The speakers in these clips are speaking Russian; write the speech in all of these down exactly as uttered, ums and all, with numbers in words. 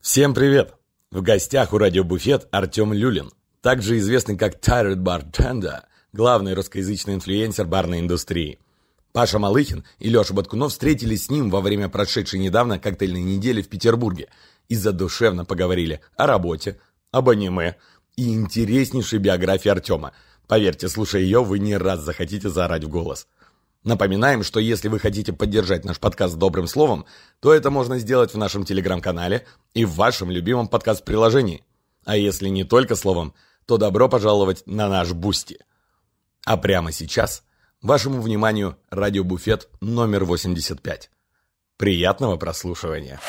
Всем привет! В гостях у Радио Буфет Артем Люлин, также известный как Tired Bartender, главный русскоязычный инфлюенсер барной индустрии. Паша Малыхин и Леша Баткунов встретились с ним во время прошедшей недавно коктейльной недели в Петербурге и задушевно поговорили о работе, об аниме и интереснейшей биографии Артема. Поверьте, слушая ее, вы не раз захотите заорать в голос. Напоминаем, что если вы хотите поддержать наш подкаст добрым словом, то это можно сделать в нашем телеграм-канале и в вашем любимом подкаст-приложении. А если не только словом, то добро пожаловать на наш Бусти. А прямо сейчас вашему вниманию радиобуфет номер восемьдесят пять. Приятного прослушивания!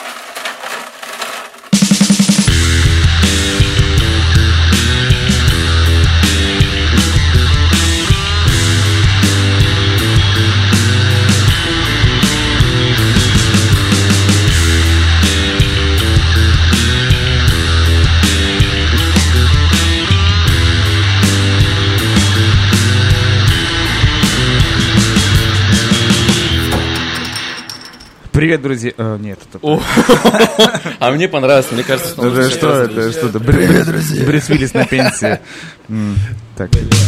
Привет, друзья. А, нет, это... А мне понравилось, мне кажется, что... Это что это? Что-то... Привет, друзья. Брюс Уиллис на пенсии. Так.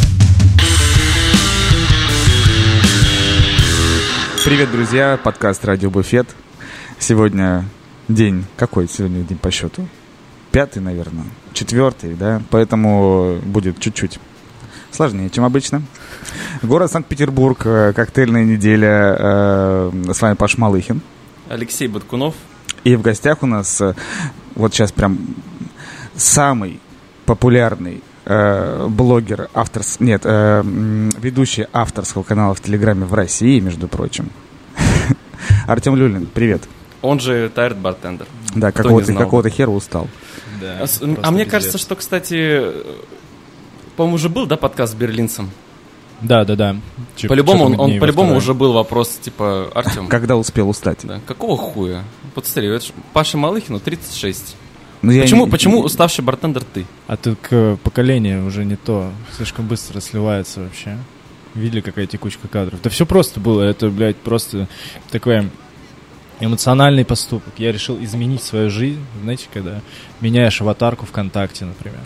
Привет, друзья. Подкаст «Радио Буфет». Сегодня день... Какой сегодня день по счету? Пятый, наверное. Четвертый, да? Поэтому будет чуть-чуть сложнее, чем обычно. Город Санкт-Петербург, коктейльная неделя. С вами Паш Малыхин. Алексей Баткунов. И в гостях у нас вот сейчас прям самый популярный э, блогер, автор, нет, э, ведущий авторского канала в Телеграме в России, между прочим. Артем Люлин, привет. Он же Tired Bartender. Да, какого-то, какого-то хера устал. Да, а а мне пиздец. Кажется, что, кстати, по-моему, уже был, да, подкаст с берлинцем? Да, да, да. Чё, по-любому, он, он по-любому уже был вопрос, типа, Артем. Когда успел устать? Да. Какого хуя? Вот смотри, Паше Малыхину тридцать шесть. Ну, почему не... почему уставший бартендер ты? А тут поколение уже не то. Слишком быстро сливается вообще. Видели, какая текучка кадров? Да все просто было. Это, блядь, просто такой эмоциональный поступок. Я решил изменить свою жизнь. Знаете, когда меняешь аватарку ВКонтакте, например.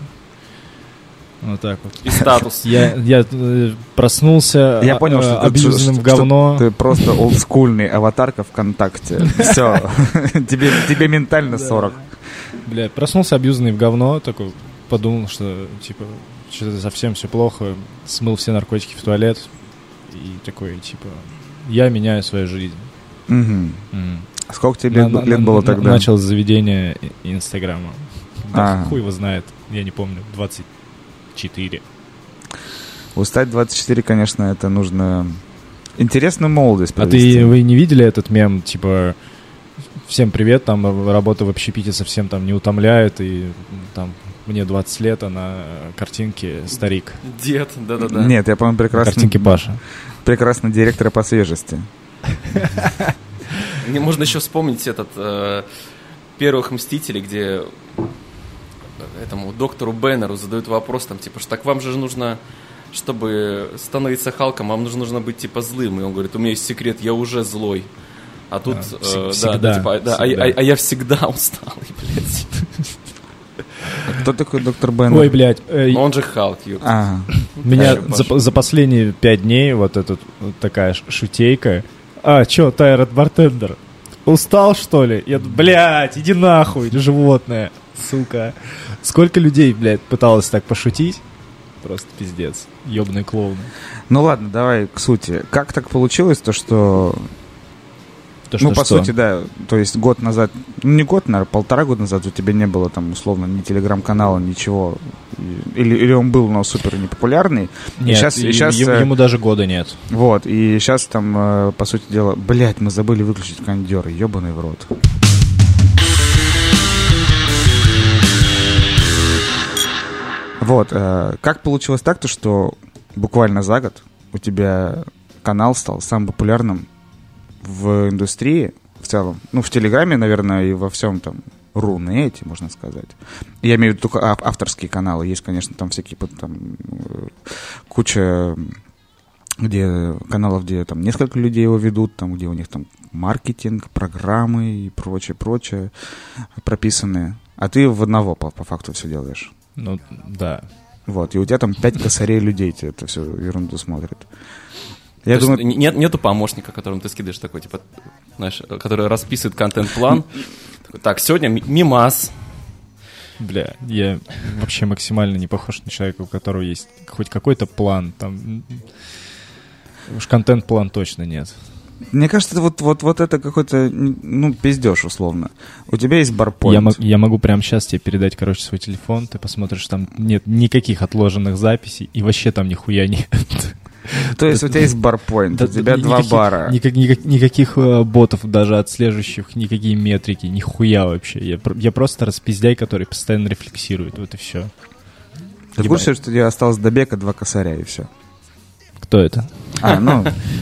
Вот так вот. И статус. Я, я проснулся я понял, что абьюзным ты, в говно. Что ты просто олдскульный аватарка ВКонтакте. Все. Тебе, тебе ментально сорок. Бля, проснулся абьюзный в говно, такой подумал, что типа что-то совсем все плохо, смыл все наркотики в туалет и такой типа я меняю свою жизнь. Угу. Mm. Сколько тебе на, лет на, было на, тогда? Начал с заведения Инстаграма. Да, а. хуй его знает, я не помню, двадцать четыре. Устать двадцать четыре, конечно, это нужно интересную молодость провести. А ты, вы не видели этот мем, типа, всем привет, там работа в общепите совсем там не утомляет, и там мне двадцать лет, а на картинке старик. Дед, да-да-да. Нет, я, по-моему, прекрасно... Картинки Паша. Прекрасно директора по свежести. Мне можно еще вспомнить этот «Первых Мстителей», где... этому доктору Беннеру задают вопрос, там, типа, что так вам же нужно, чтобы становиться Халком, вам нужно, нужно быть, типа, злым. И он говорит, у меня есть секрет, я уже злой. А тут, а, э, всегда, да, типа, да, всегда. А, а, а я всегда усталый, блядь. А кто такой доктор Беннер? Ой, блядь. Э, он же Халк. А. Меня за, за последние пять дней вот эта вот такая шутейка. А, чё, Tired Bartender? Устал, что ли? Я, блядь, иди нахуй, животное. Сука. Сколько людей, блядь, пыталось так пошутить? Просто пиздец. Ёбаные клоуны. Ну ладно, давай к сути. Как так получилось, то что... То, что ну, по что? сути, да. То есть год назад... Ну, не год, наверное, полтора года назад у тебя не было там, условно, ни телеграм-канала, ничего. Или, или он был, но супер непопулярный. Нет, и сейчас, и сейчас, ему, ему даже года нет. Вот, и сейчас там, по сути дела... Блядь, мы забыли выключить кондёр. Ёбаный в рот. Вот, э, как получилось так-то, что буквально за год у тебя канал стал самым популярным в индустрии в целом? Ну, в Телеграме, наверное, и во всем там Рунете, можно сказать. Я имею в виду только авторские каналы. Есть, конечно, там всякие там, куча где каналов, где там несколько людей его ведут, там, где у них там маркетинг, программы и прочее, прочее прописанные. А ты в одного по, по факту все делаешь. Ну, да. Вот, и у тебя там пять косарей людей тебе это все ерунду смотрят. Я То думаю... есть нет, нету помощника, которому ты скидываешь такой, типа, знаешь, который расписывает контент-план. Так, сегодня мимас. Бля, я вообще максимально не похож на человека, у которого есть хоть какой-то план. Там уж контент-план точно нет. Мне кажется, это вот, вот, вот это какой-то, ну, пиздеж, условно. У тебя есть барпоинт. Я, мо- я могу прямо сейчас тебе передать, короче, свой телефон, ты посмотришь, там нет никаких отложенных записей, и вообще там нихуя нет. То есть у тебя есть барпоинт, у тебя два бара. Никак, никак, никаких э, ботов даже отслеживающих, никакие метрики, нихуя вообще. Я, я просто распиздяй, который постоянно рефлексирует, вот и все. Ты в курсе, что тебе осталось до бека два косаря, и все? Кто это? А, ну...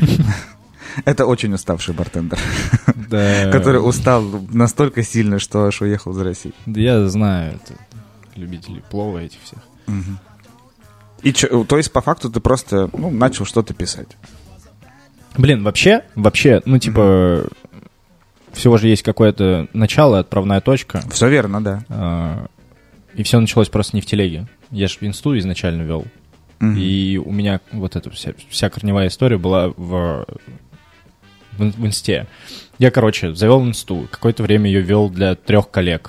Это очень уставший бартендер, да. который устал настолько сильно, что аж уехал из России. Да я знаю, это любители плова этих всех. Угу. И чё, то есть, по факту, ты просто ну, начал что-то писать? Блин, вообще, вообще, ну, типа, mm-hmm. всего же есть какое-то начало, отправная точка. Все верно, да. И все началось просто не в телеге. Я же инсту изначально вел. Mm-hmm. И у меня вот эта вся, вся корневая история была в... в инсте. Я, короче, завел инсту. Какое-то время ее вел для трех коллег.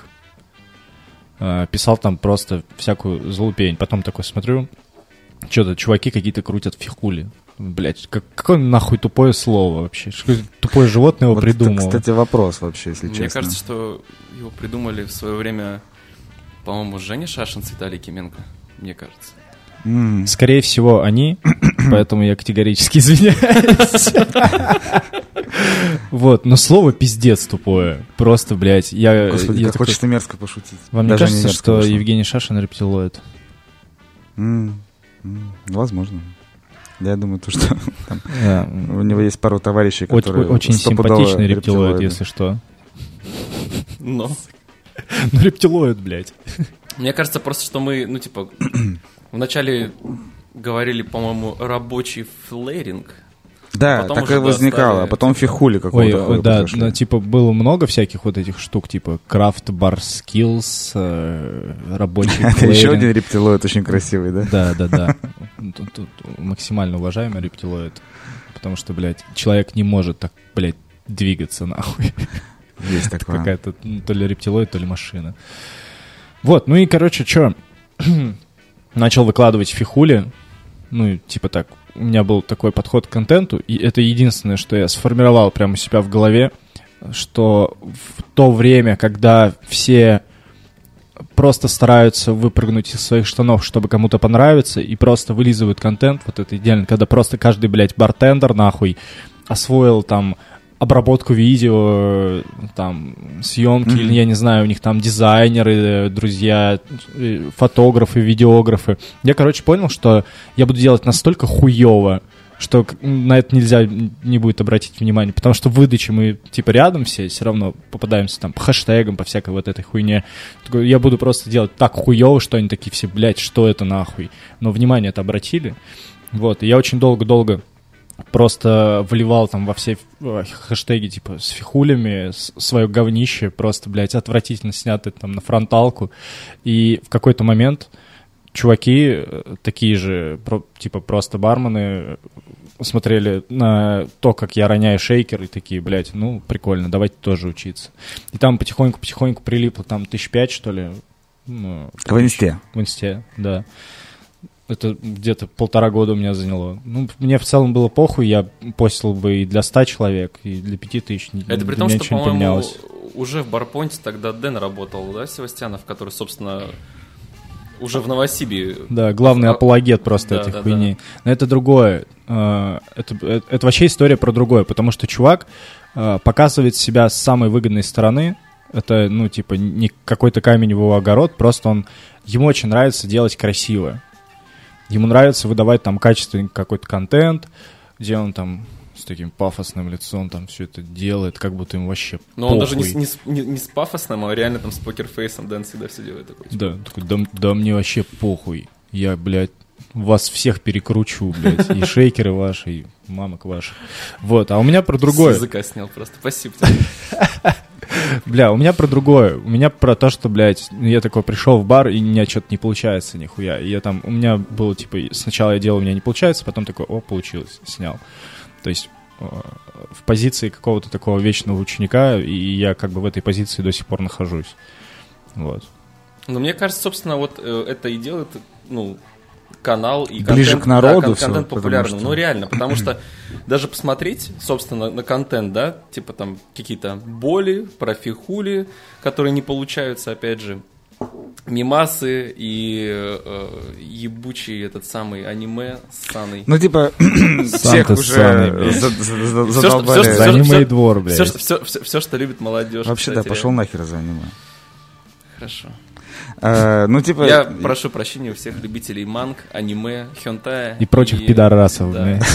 Писал там просто всякую залупень. Потом такой смотрю, что-то чуваки какие-то крутят фихули. Блять, как, какое нахуй тупое слово вообще? Что тупое животное его вот придумало? Это, кстати, вопрос вообще, если Мне честно. Мне кажется, что его придумали в свое время, по-моему, Женя Шашин с Виталий Кименко. Мне кажется. Mm. Скорее всего, они, поэтому я категорически извиняюсь. Вот, но слово пиздец тупое. Просто, блядь, я... Господи, как хочется мерзко пошутить. Вам не кажется, что Евгений Шашин рептилоид? Возможно. Я думаю, то, что у него есть пару товарищей, которые... Очень симпатичный рептилоид, если что. Но... Ну, рептилоид, блядь. Мне кажется просто, что мы, ну, типа... Вначале говорили, по-моему, рабочий флэринг. Да, а так и возникало, а потом фихули какого-то. Ой, да, ну, типа, было много всяких вот этих штук, типа Craft Bar Skills, э, рабочий флэринг. Это еще один рептилоид очень красивый, да? Да, да, да. Тут, тут максимально уважаемый рептилоид. Потому что, блядь, человек не может так, блядь, двигаться, нахуй. Есть такое. Какая-то то ли рептилоид, то ли машина. Вот, ну и, короче, что... Начал выкладывать фихули, ну, типа так, у меня был такой подход к контенту, и это единственное, что я сформировал прямо у себя в голове, что в то время, когда все просто стараются выпрыгнуть из своих штанов, чтобы кому-то понравиться, и просто вылизывают контент, вот это идеально, когда просто каждый, блядь, бартендер, нахуй, освоил там обработку видео, там, съемки, mm-hmm. или, я не знаю, у них там дизайнеры, друзья, фотографы, видеографы. Я, короче, понял, что я буду делать настолько хуёво, что на это нельзя не будет обратить внимание, потому что в выдаче мы, типа, рядом все, все равно попадаемся там по хэштегам, по всякой вот этой хуйне. Я буду просто делать так хуёво, что они такие все, блядь, что это нахуй? Но внимание это обратили. Вот, и я очень долго-долго просто вливал там во все хэштеги, типа, с фихулями, свое говнище, просто, блядь, отвратительно снятое там на фронталку. И в какой-то момент чуваки, такие же, типа, просто бармены, смотрели на то, как я роняю шейкер, и такие, блядь, ну, прикольно, давайте тоже учиться. И там потихоньку-потихоньку прилипло, там, тысяч пять, что ли. Ну, в инсте? В инсте, да. Это где-то полтора года у меня заняло. Ну, мне в целом было похуй, я постил бы и для ста человек, и для пяти тысяч. Это при том, что, по-моему, уже в Барпоинте тогда Дэн работал, да, Севастьянов, который, собственно, уже в Новосибе. Да, главный апологет просто да, этих да, хуйней. Да. Но это другое. Это, это, это вообще история про другое, потому что чувак показывает себя с самой выгодной стороны. Это, ну, типа, не какой-то камень в его огород, просто он, ему очень нравится делать красиво. Ему нравится выдавать там качественный какой-то контент, где он там с таким пафосным лицом там все это делает, как будто ему вообще Но похуй. Он даже не, не, не, не с пафосным, а реально там с покерфейсом Дэн всегда все делает такой. Типа. Да, такой, да, да мне вообще похуй. Я, блядь, вас всех перекручу, блядь, и шейкеры ваши, и мамок ваших. Вот, а у меня про другое. С языка снял просто, спасибо тебе. Бля, у меня про другое. У меня про то, что, блядь, я такой пришел в бар, и у меня что-то не получается нихуя. И я там, у меня было, типа, сначала я делал, у меня не получается, потом такой, о, получилось, снял. То есть в позиции какого-то такого вечного ученика, и я как бы в этой позиции до сих пор нахожусь. Вот. Ну, мне кажется, собственно, вот э, это и делает, ну, канал и ближе контент, к народу, да, кон- всё, контент популярным. что... Ну, реально, потому что даже посмотреть, собственно, на контент, да, типа там какие-то боли, профихули, которые не получаются, опять же, мимасы и э, ебучий этот самый аниме с Саной. Ну, типа, всех уже задолбали. За аниме и двор, блядь. Все, все, все, все, что любит молодежь. Вообще, да, пошел нахер за аниме. Хорошо. А, ну, типа... Я прошу прощения у всех любителей манг, аниме, хёнтая. И прочих и... пидорасов, да. блядь.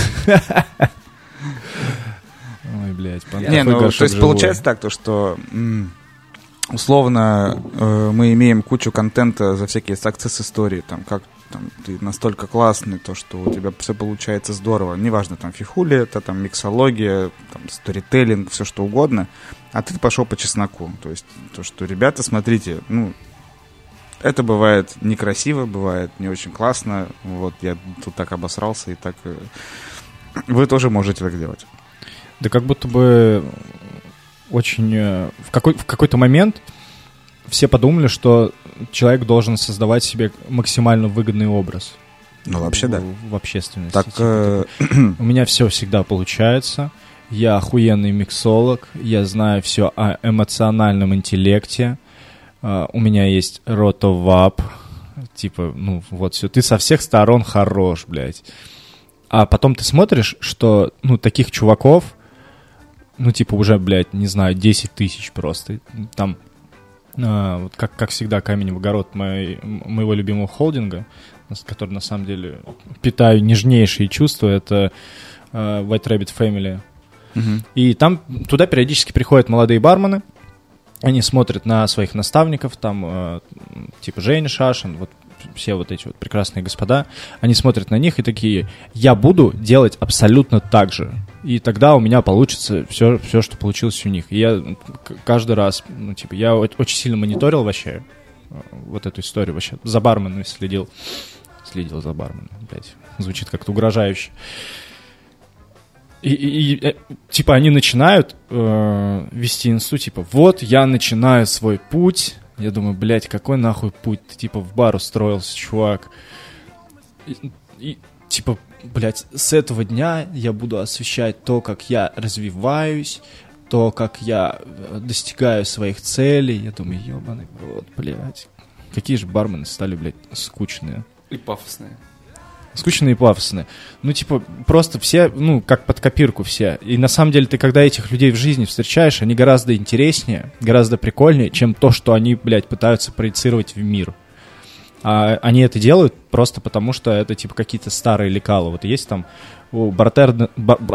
Ой, блядь. Не, ну, то есть получается так, то, что... Условно, э, мы имеем кучу контента за всякие success-истории, там, как там, ты настолько классный, то, что у тебя все получается здорово. Неважно, там, фифули, это там миксология, там, сторителлинг, все что угодно. А ты пошел по чесноку. То есть, то, что, ребята, смотрите, ну, это бывает некрасиво, бывает не очень классно. Вот, я тут так обосрался, и так... Э, вы тоже можете так делать. Да как будто бы... Очень в, какой, в какой-то момент все подумали, что человек должен создавать себе максимально выгодный образ. Ну, вообще, в, да. В общественности. Так, типа, э... У меня все всегда получается. Я охуенный миксолог. Я знаю все о эмоциональном интеллекте. Uh, у меня есть ротовап. Типа, ну, вот все. Ты со всех сторон хорош, блядь. А потом ты смотришь, что, ну, таких чуваков... Ну, типа, уже, блядь, не знаю, десять тысяч просто. Там, э, вот как, как всегда, камень в огород моей, моего любимого холдинга, который, на самом деле, питаю нежнейшие чувства, это э, White Rabbit Family. Uh-huh. И там туда периодически приходят молодые бармены, они смотрят на своих наставников, там, э, типа, Женя Шашин, вот все вот эти вот прекрасные господа, они смотрят на них и такие, я буду делать абсолютно так же. И тогда у меня получится все, все, что получилось у них. И я каждый раз, ну, типа, я очень сильно мониторил вообще вот эту историю, вообще за барменом следил. Следил за барменом, блядь. Звучит как-то угрожающе. И, и, и типа, они начинают э, вести инсту, типа, вот, я начинаю свой путь. Я думаю, блядь, какой нахуй путь? Ты, типа, в бар устроился, чувак. И, и типа, блядь, с этого дня я буду освещать то, как я развиваюсь, то, как я достигаю своих целей. Я думаю, ебаный в рот, блядь. Какие же бармены стали, блядь, скучные. И пафосные. Скучные и пафосные. Ну, типа, просто все, ну, как под копирку все. И на самом деле ты, когда этих людей в жизни встречаешь, они гораздо интереснее, гораздо прикольнее, чем то, что они, блядь, пытаются проецировать в мир. А они это делают просто потому, что это, типа, какие-то старые лекала. Вот есть там у Bartender...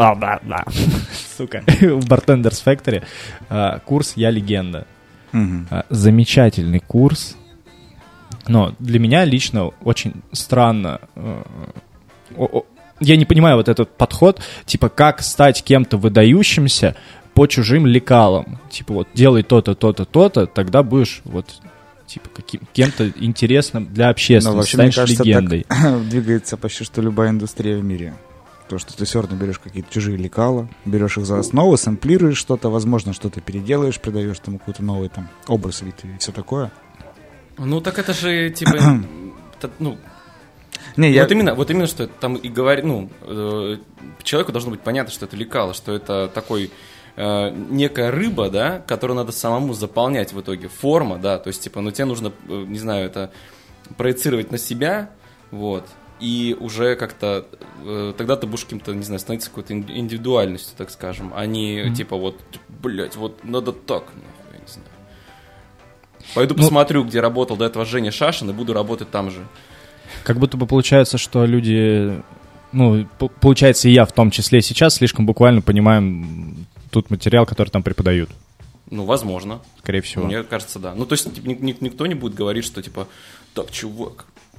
Сука. У Bartender's Factory а, курс «Я легенда». Mm-hmm. А, замечательный курс. Но для меня лично очень странно. Э, о, о, я не понимаю вот этот подход, типа, как стать кем-то выдающимся по чужим лекалам. Типа, вот, делай то-то, то-то, то-то, тогда будешь, вот, типа, каким, кем-то интересным для общественности, вообще, станешь мне кажется, легендой. Так двигается почти что любая индустрия в мире. То, что ты все равно берешь какие-то чужие лекала, берешь их за основу, сэмплируешь что-то, возможно, что-то переделаешь, придаешь тому какой-то новый там образ, вид и все такое. Ну, так это же, типа, ну, не, я... вот, именно, вот именно, что там и говорит, ну, э, человеку должно быть понятно, что это лекало, что это такой, э, некая рыба, да, которую надо самому заполнять в итоге, форма, да, то есть, типа, ну, тебе нужно, э, не знаю, это проецировать на себя, вот, и уже как-то, э, тогда ты будешь каким-то, не знаю, становиться какой-то индивидуальностью, так скажем, а не, mm-hmm. типа, вот, блядь, вот надо так, нахуй, я не знаю. Пойду ну, посмотрю, где работал до этого Женя Шашин, и буду работать там же. Как будто бы получается, что люди... Ну, п- получается, и я в том числе сейчас слишком буквально понимаем тот материал, который там преподают. Ну, возможно. Скорее всего. Мне кажется, да. Ну, то есть, типа, ник- ник- никто не будет говорить, что, типа, так, чувак,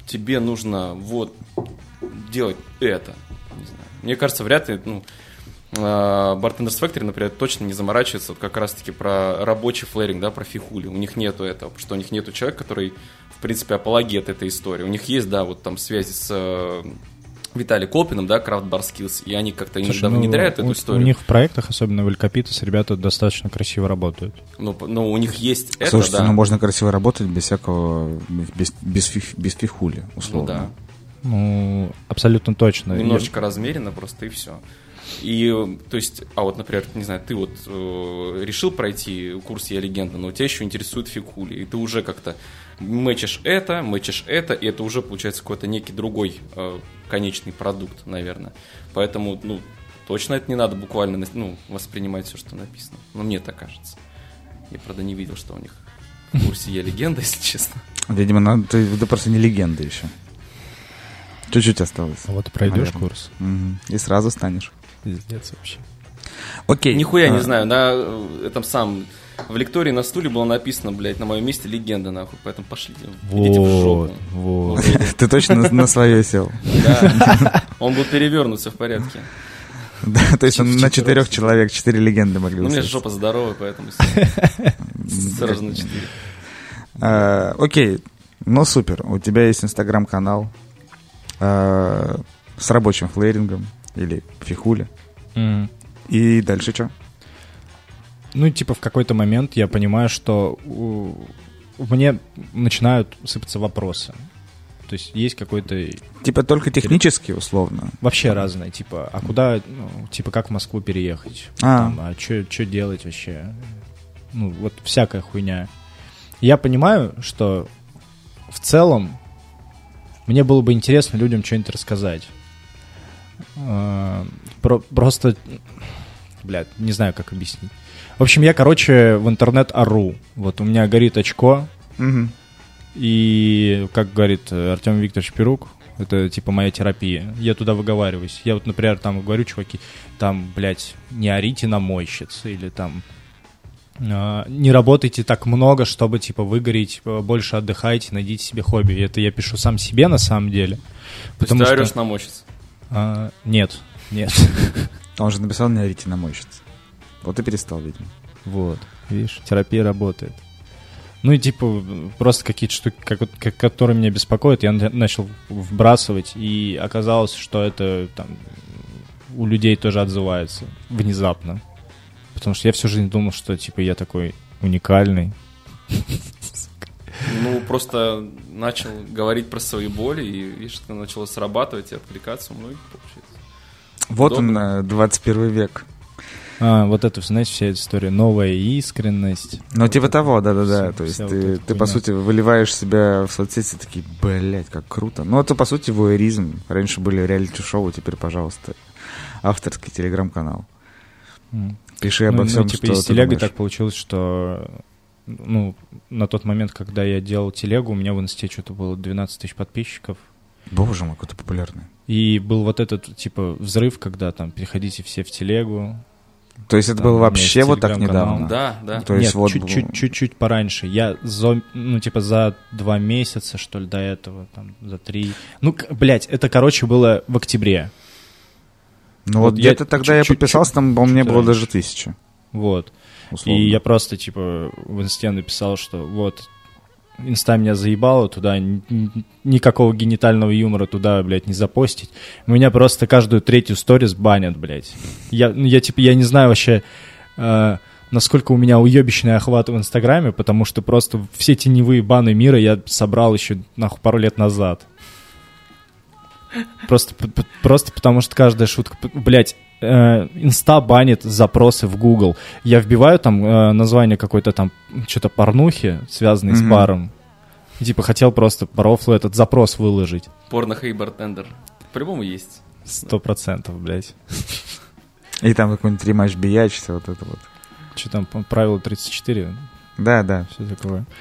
тебе нужно вот делать это. Не знаю. Мне кажется, вряд ли, ну, Bartender's Factory, например, точно не заморачивается вот как раз-таки про рабочий флэринг, да, про фихули. У них нету этого, потому что у них нету человека, который, в принципе, апологет этой истории. У них есть, да, вот там связи с э, Виталием Колпиным, да, Craft Bar Skills, и они как-то Слушай, иногда ну, внедряют у, эту историю. У них в проектах, особенно в Эль Капитас, ребята достаточно красиво работают. Ну, ну у них есть это, Слушайте, да. ну можно красиво работать без всякого, без, без, фих, без фихули, условно. Ну, да. Ну, абсолютно точно. Немножечко Я... размеренно просто, и все. И, то есть, а вот, например, не знаю, ты вот э, решил пройти курс «Я легенда», но тебя еще интересует фигули, и ты уже как-то мэчишь это, мэчишь это, и это уже получается какой-то некий другой э, конечный продукт, наверное. Поэтому, ну, точно это не надо буквально, ну, воспринимать все, что написано. Но мне так кажется. Я, правда, не видел, что у них в курсе «Я легенда», если честно. Видимо, надо, ты, ты просто не легенда еще. Чуть-чуть осталось. Вот и пройдешь наверное. Курс. Угу. И сразу станешь. Пиздец вообще. Окей. Нихуя а... не знаю, на этом самом в лектории на стуле было написано, блядь, на моем месте легенда, нахуй, поэтому пошли, вот, идите в жопу. Вот. Ты точно на свое сел? Да, он был перевернут, все в порядке. Да, то есть на четырех человек, четыре легенды могли. Ну, у меня жопа здоровая, поэтому сразу на четыре. Окей, ну супер, у тебя есть инстаграм-канал с рабочим флэрингом или фихули. Mm. И дальше что? Ну, типа, в какой-то момент я понимаю, что у... мне начинают сыпаться вопросы. То есть есть какой-то... Типа только технически, условно? Вообще разные. Типа, а куда, ну, типа, как в Москву переехать? А, Там, а что делать вообще? Ну, вот всякая хуйня. Я понимаю, что в целом мне было бы интересно людям что-нибудь рассказать. Про, просто, блядь, не знаю, как объяснить. В общем, я, короче, в интернет ору. Вот у меня горит очко, угу. И, как говорит Артем Викторович Перук, это типа моя терапия. Я туда выговариваюсь. Я вот, например, там говорю, чуваки, там, блядь, не орите на мойщиц, или там э, не работайте так много, чтобы, типа, выгореть, больше отдыхайте, найдите себе хобби. И это я пишу сам себе, на самом деле. То есть ты что... орешь на мойщиц? А, нет, нет. Он же написал «не орите на мойщиц». Вот и перестал, видимо. Вот, видишь, терапия работает. Ну и типа просто какие-то штуки, как, как, которые меня беспокоят, я начал вбрасывать, и оказалось, что это там у людей тоже отзывается внезапно. Потому что я всю жизнь думал, что типа я такой уникальный. Ну, просто начал говорить про свои боли, и видишь, это начало срабатывать и откликаться у многих, получается. Вот он, двадцать первый век. А, вот это, знаете, вся эта история. Новая искренность. Ну, вот типа это, того, да-да-да. То есть ты, вот ты по сути, выливаешь себя в соцсети, такие, блядь, как круто. Ну, это, по сути, вуэризм. Раньше были реалити-шоу, теперь, пожалуйста, авторский телеграм-канал. Mm. Пиши обо ну, всем, ну, типа, что из ты телеги думаешь. Так получилось, что ну, на тот момент, когда я делал телегу, у меня в инсте что-то было двенадцать тысяч подписчиков. Боже мой, какой ты популярный. И был вот этот, типа, взрыв, когда там переходите все в телегу. То есть это там, было вообще вот так недавно? Да, да. То есть Нет, вот... чуть-чуть, чуть-чуть пораньше. Я, за, ну, типа, за два месяца, что ли, до этого, там, за три. Ну, блядь, это, короче, было в октябре. Ну вот, вот где-то тогда я подписался, там, по-моему, не было даже тысячи. Вот. Условно. И я просто, типа, в инсте написал, что вот, инста меня заебала, туда ни, никакого генитального юмора туда, блядь, не запостить. Меня просто каждую третью сторис банят, блядь. Я, ну, я типа, я не знаю вообще, э, насколько у меня уебищный охват в Инстаграме, потому что просто все теневые баны мира я собрал еще, нахуй, пару лет назад. Просто, просто потому что каждая шутка... Блядь, э, инста банит запросы в Google. Я вбиваю там э, название какой-то там, что-то порнухи, связанной mm-hmm. с баром. И, типа, хотел просто по рофлу этот запрос выложить. Порно-хей бартендер. По-любому есть. Сто процентов, блядь. И там какой-нибудь рематч биячится, вот это вот. Что там, правило тридцать четыре? Да, да. Все такое.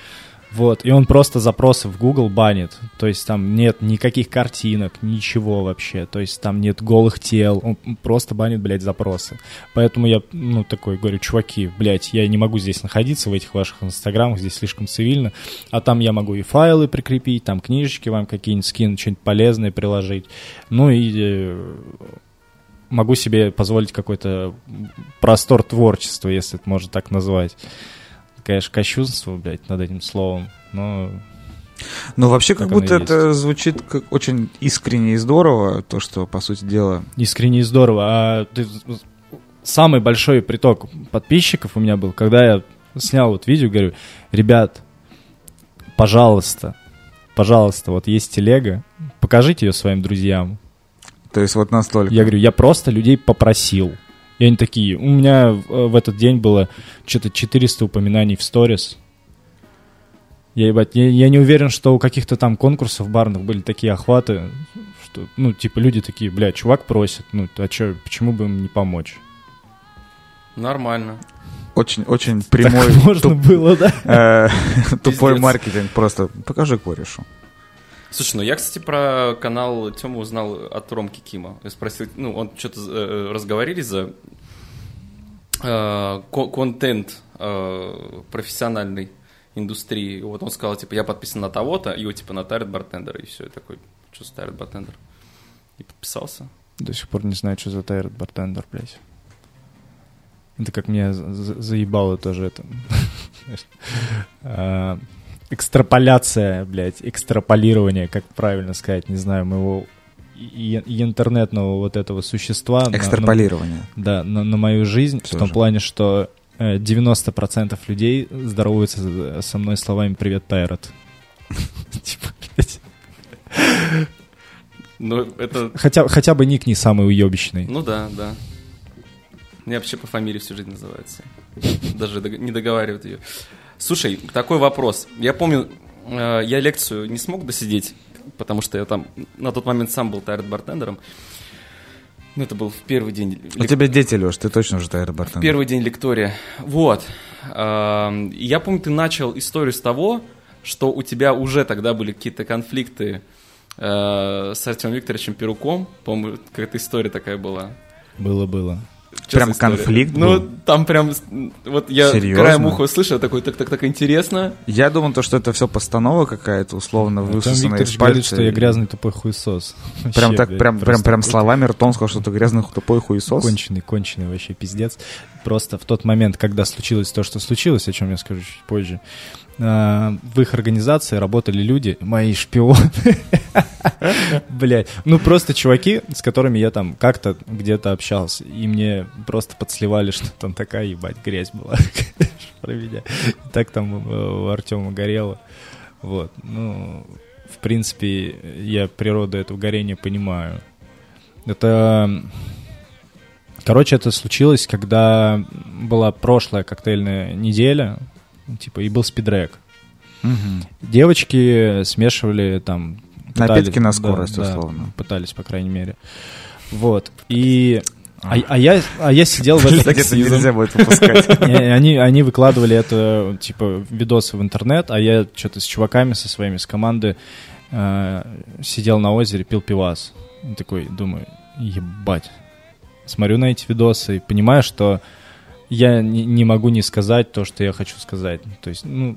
Вот, и он просто запросы в Google банит, то есть там нет никаких картинок, ничего вообще, то есть там нет голых тел, он просто банит, блядь, запросы. Поэтому я, ну, такой говорю, чуваки, блядь, я не могу здесь находиться в этих ваших инстаграмах, здесь слишком цивильно, а там я могу и файлы прикрепить, там книжечки вам какие-нибудь скинуть, что-нибудь полезное приложить, ну и э, могу себе позволить какой-то простор творчества, если это можно так назвать. Конечно, кощунство, блядь, над этим словом, но... Ну, вообще, как будто есть. это звучит как очень искренне и здорово, то, что, по сути дела... Искренне и здорово. А ты... самый большой приток подписчиков у меня был, когда я снял вот видео, говорю, ребят, пожалуйста, пожалуйста, вот есть телега, покажите ее своим друзьям. То есть вот настолько... Я говорю, я просто людей попросил. И они такие, у меня в этот день было что-то четыреста упоминаний в сторис. Я, ебать, я, я не уверен, что у каких-то там конкурсов барных были такие охваты, что, ну, типа, люди такие, бля, чувак просит, ну, а чё, почему бы им не помочь? Нормально. Очень, очень прямой... Так можно было, да? Тупой маркетинг, просто покажи корешу. Слушай, ну я, кстати, про канал Тёмы узнал от Ромки Кима. Я спросил, ну, он что-то э, разговорились за э, контент э, профессиональной индустрии. Вот он сказал, типа, я подписан на того-то, и вот, типа, на Tired Bartender, и все. Я такой, что за Tired Bartender? И подписался. До сих пор не знаю, что за Tired Bartender, блядь. Это как меня за- заебало тоже это... Экстраполяция, блядь, экстраполирование, как правильно сказать, не знаю, моего и, и интернетного вот этого существа. Экстраполирование. На, на, да, на, на мою жизнь, Все в том же. плане, что девяносто процентов людей здороваются со мной словами «Привет, Тайрот». Типа, блядь. Ну, это... Хотя, хотя бы ник не самый уебищный. Ну да, да. Меня вообще по фамилии всю жизнь называется. Даже не договаривают ее. Слушай, такой вопрос. Я помню, э, я лекцию не смог досидеть, потому что я там на тот момент сам был тайред-бартендером. Ну, это был в первый день... У тебя дети, Леш, ты точно уже тайред-бартендер. Первый день лектория. Вот. Э, я помню, ты начал историю с того, что у тебя уже тогда были какие-то конфликты э, с Артемом Викторовичем Перуком. По-моему, какая-то история такая была. Было-было. Прям конфликт был? Ну, там прям, вот я Серьезно? краем уха услышал, я такой, так-так-так интересно. Я думал, то, что это все постанова какая-то, условно, Артем высосанная из Викторович пальца. говорит, что я грязный тупой хуесос. Прям Вообще, так, блядь, прям, прям, просто прям какой-то словами ртом сказал, что ты грязный тупой хуесос. Конченый, конченый вообще пиздец. Просто в тот момент, когда случилось то, что случилось, о чем я скажу чуть позже, в их организации работали люди, мои шпионы. Блядь. Ну, просто чуваки, с которыми я там как-то где-то общался. И мне просто подсливали, что там такая, ебать, грязь была про меня. Так там у Артема горело. Вот. Ну, в принципе, я природу этого горения понимаю. Это... Короче, это случилось, когда была прошлая коктейльная неделя, типа, и был спидрэг. Угу. Девочки смешивали там... Напитки пытались, на скорость, да, условно. Да, пытались, по крайней мере. Вот. И... А, а, я, а я сидел в этот... Это нельзя будет выпускать. Они, они выкладывали это, типа, видосы в интернет, а я что-то с чуваками со своими, с команды э, сидел на озере, пил пивас. И такой, думаю, ебать. Смотрю на эти видосы и понимаю, что я не, не могу не сказать то, что я хочу сказать. То есть, ну...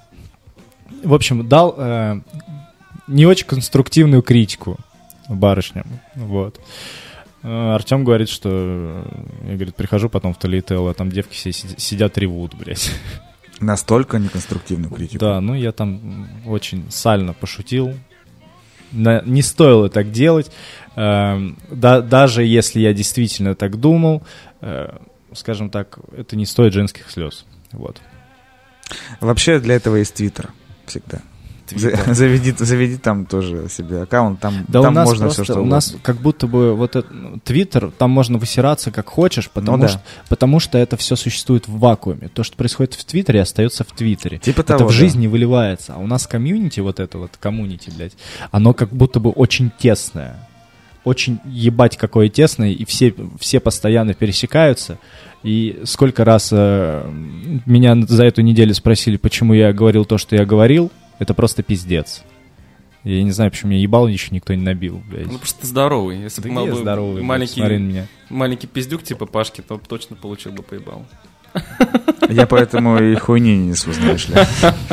В общем, дал э, не очень конструктивную критику барышням. Вот. Артем говорит, что... Я, говорит, прихожу потом в Толейтел, а там девки все сидят, ревут, блядь. Настолько неконструктивную критику. Да, ну я там очень сально пошутил. На, не стоило так делать. Э, да, даже если я действительно так думал, э, скажем так, это не стоит женских слез. Вот. Вообще для этого есть Твиттер всегда. Заведи, заведи там тоже себе аккаунт, там, да там у нас можно просто, все, что у нас как будто бы вот этот Твиттер, там можно высираться как хочешь, потому, ну, да. что, потому что это все существует в вакууме. То, что происходит в Твиттере, остается в Твиттере. Типа это того, в да. жизнь не выливается. А у нас комьюнити, вот это вот комьюнити, блядь, оно как будто бы очень тесное. очень ебать какое тесное, и все, все постоянно пересекаются. И сколько раз э, меня за эту неделю спросили, почему я говорил то, что я говорил, это просто пиздец. Я не знаю, почему меня ебал еще никто не набил, блядь. Ну, просто ты здоровый. Если да бы был здоровый, маленький, блядь, на меня. маленький пиздюк типа Пашки, то точно получил бы поебал. Я поэтому и хуйни не несу, знаешь ли.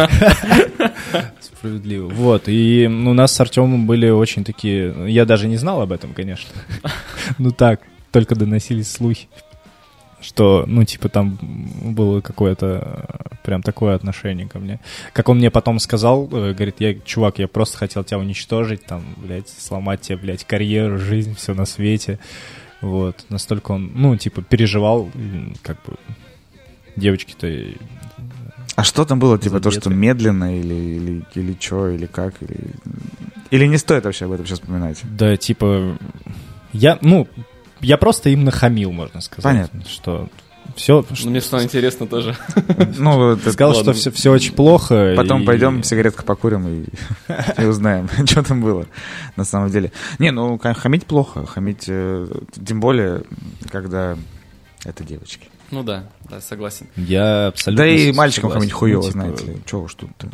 Справедливо. Вот, и ну, у нас с Артемом были очень такие... Я даже не знал об этом, конечно. Ну так, только доносились слухи, что, ну, типа, там было какое-то прям такое отношение ко мне. Как он мне потом сказал, говорит, я, чувак, я просто хотел тебя уничтожить, там, блядь, сломать тебе, блядь, карьеру, жизнь, все на свете. Вот, настолько он, ну, типа, переживал, как бы, девочки-то... А что там было, типа, задеты. То, что медленно, или, или, или что, или как, или... Или не стоит вообще об этом сейчас вспоминать? Да, типа, я, ну, я просто им нахамил, можно сказать. Понятно. Что все... Ну, мне стало интересно тоже. Ну, ты сказал, что все, все очень плохо. Потом и... пойдем сигаретку покурим и, и узнаем, что там было на самом деле. Не, ну, хамить плохо. Хамить, тем более, когда это девочки. Ну да, да, согласен. Я абсолютно Да и согласен. мальчикам хамить хуёво, ну, типа, знаете ли. Чего уж тут-то.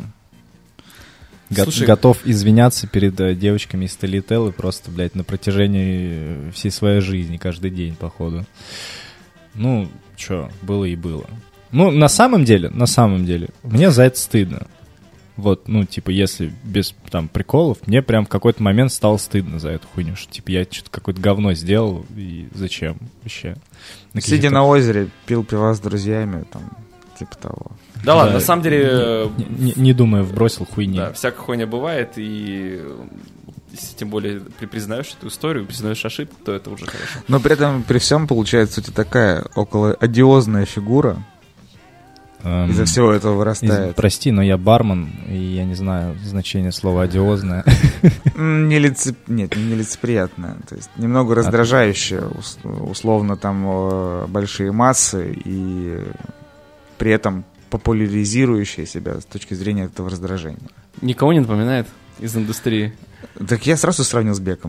Го- Слушай, готов извиняться перед э, девочками из Столителлы просто, блядь, на протяжении всей своей жизни, каждый день, походу. Ну, чё, было и было. Ну, на самом деле, на самом деле, мне за это стыдно. Вот, ну, типа, если без, там, приколов, мне прям в какой-то момент стало стыдно за эту хуйню, что, типа, я что-то какое-то говно сделал, и зачем вообще? На Сидя каких-то- на озере, пил пива с друзьям, там, типа того. Да ладно, Да, на самом деле... Не, не- не думая, вбросил хуйни. Да, всякая хуйня бывает, и если тем более ты признаешь эту историю, признаешь ошибку, то это уже хорошо. Но при этом, при всем, получается, у тебя такая около одиозная фигура, Эм, из-за всего этого из- вырастает. Прости, но я бармен, и я не знаю значение слова «одиозное». М, Нелицеп... Нет, не нелицеприятная. То есть немного раздражающая, ус- условно, там э, большие массы, и при этом популяризирующая себя с точки зрения этого раздражения. Никого не напоминает из индустрии? Так я сразу сравнил с Беком.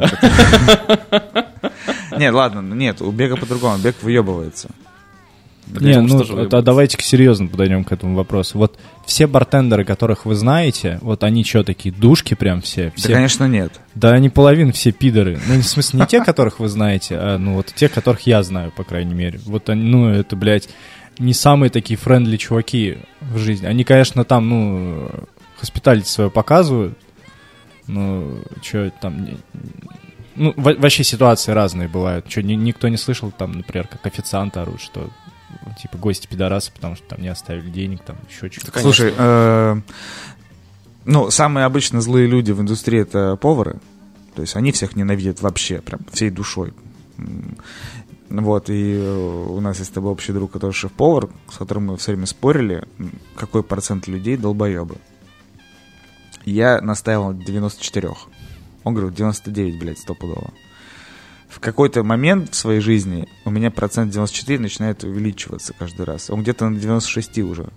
Нет, ладно, нет, у Бека по-другому. Бек выебывается. Не, Потому ну, что же это- давайте-ка серьезно подойдем к этому вопросу. Вот все бартендеры, которых вы знаете, вот они что, такие душки прям все? Да, все... конечно, нет. Да они половина все пидоры. Ну, в смысле, не те, которых вы знаете, а, ну, вот те, которых я знаю, по крайней мере. Вот они, ну, это, блядь, не самые такие френдли чуваки в жизни. Они, конечно, там, ну, хоспиталити свое показывают, ну, что там... не- Ну, во- вообще ситуации разные бывают. Что, никто не слышал, там, например, как официанты орут, что, типа, гости пидорасы, потому что там не оставили денег, там, еще что-то. Слушай, э, ну, самые обычно злые люди в индустрии — это повары. То есть они всех ненавидят вообще, прям всей душой. М, Вот, и э, у нас есть с тобой общий друг, который шеф-повар, с которым мы все время спорили, м, какой процент людей долбоебы. Я настаивал на девяносто четыре. Он говорил, девяносто девять, блядь, стопудово. В какой-то момент в своей жизни у меня процент девяносто четыре начинает увеличиваться каждый раз. Он где-то на девяносто шесть уже.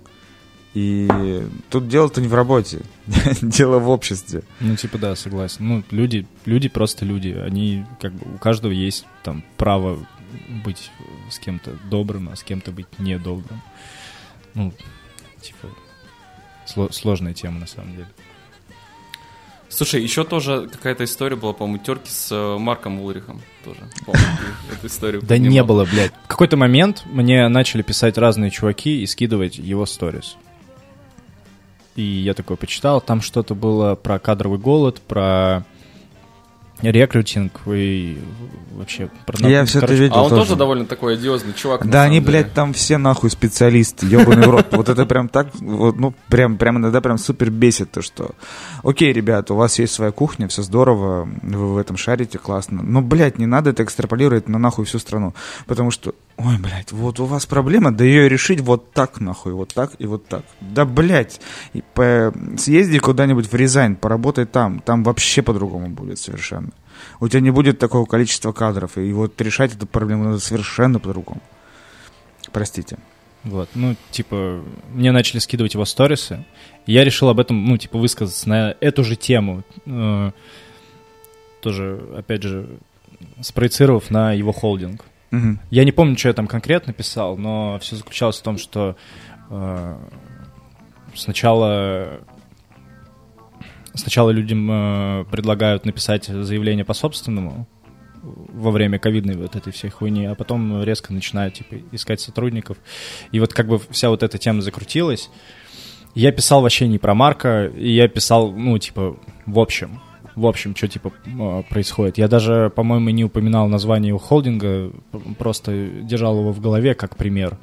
И тут дело-то не в работе, дело в обществе. Ну, типа, да, согласен. Ну, люди, люди просто люди. Они, как бы, у каждого есть там право быть с кем-то добрым, а с кем-то быть недобрым. Ну, типа, сло- сложная тема, на самом деле. Слушай, еще тоже какая-то история была, по-моему, терки с э, Марком Улрихом тоже. Помню, ты эту историю Да поднимал. не было, блядь. В какой-то момент мне начали писать разные чуваки и скидывать его сторис. И я такой почитал, там что-то было про кадровый голод, про рекрутинг и вообще про... Я всё это короче, видел. А он тоже. тоже довольно такой одиозный чувак. на Да, самом они, деле. блядь, там все нахуй специалисты, ебаный в рот. Вот это прям так, вот, ну, прям, прям иногда прям супер бесит то, что окей, ребята, у вас есть своя кухня, все здорово, вы в этом шарите, классно. Но, блядь, не надо это экстраполировать на нахуй всю страну. Потому что, ой, блядь, вот у вас проблема, да ее решить вот так нахуй, вот так и вот так. Да, блядь, и по... съезди куда-нибудь в Рязань, поработай там, там вообще по-другому будет совершенно. У тебя не будет такого количества кадров, и вот решать эту проблему надо совершенно по-другому. Простите. Вот, ну, типа, мне начали скидывать его сторисы, и я решил об этом, ну, типа, высказаться на эту же тему. Э, тоже, опять же, спроецировав на его холдинг. Мгм. Я не помню, что я там конкретно писал, но все заключалось в том, что э, сначала, сначала людям э, предлагают написать заявление по собственному во время ковидной вот этой всей хуйни, а потом резко начинают типа искать сотрудников. И вот как бы вся вот эта тема закрутилась. Я писал вообще не про Марка, и я писал, ну, типа, в общем. В общем, что, типа, э, происходит. Я даже, по-моему, не упоминал название его холдинга, п- просто держал его в голове как пример.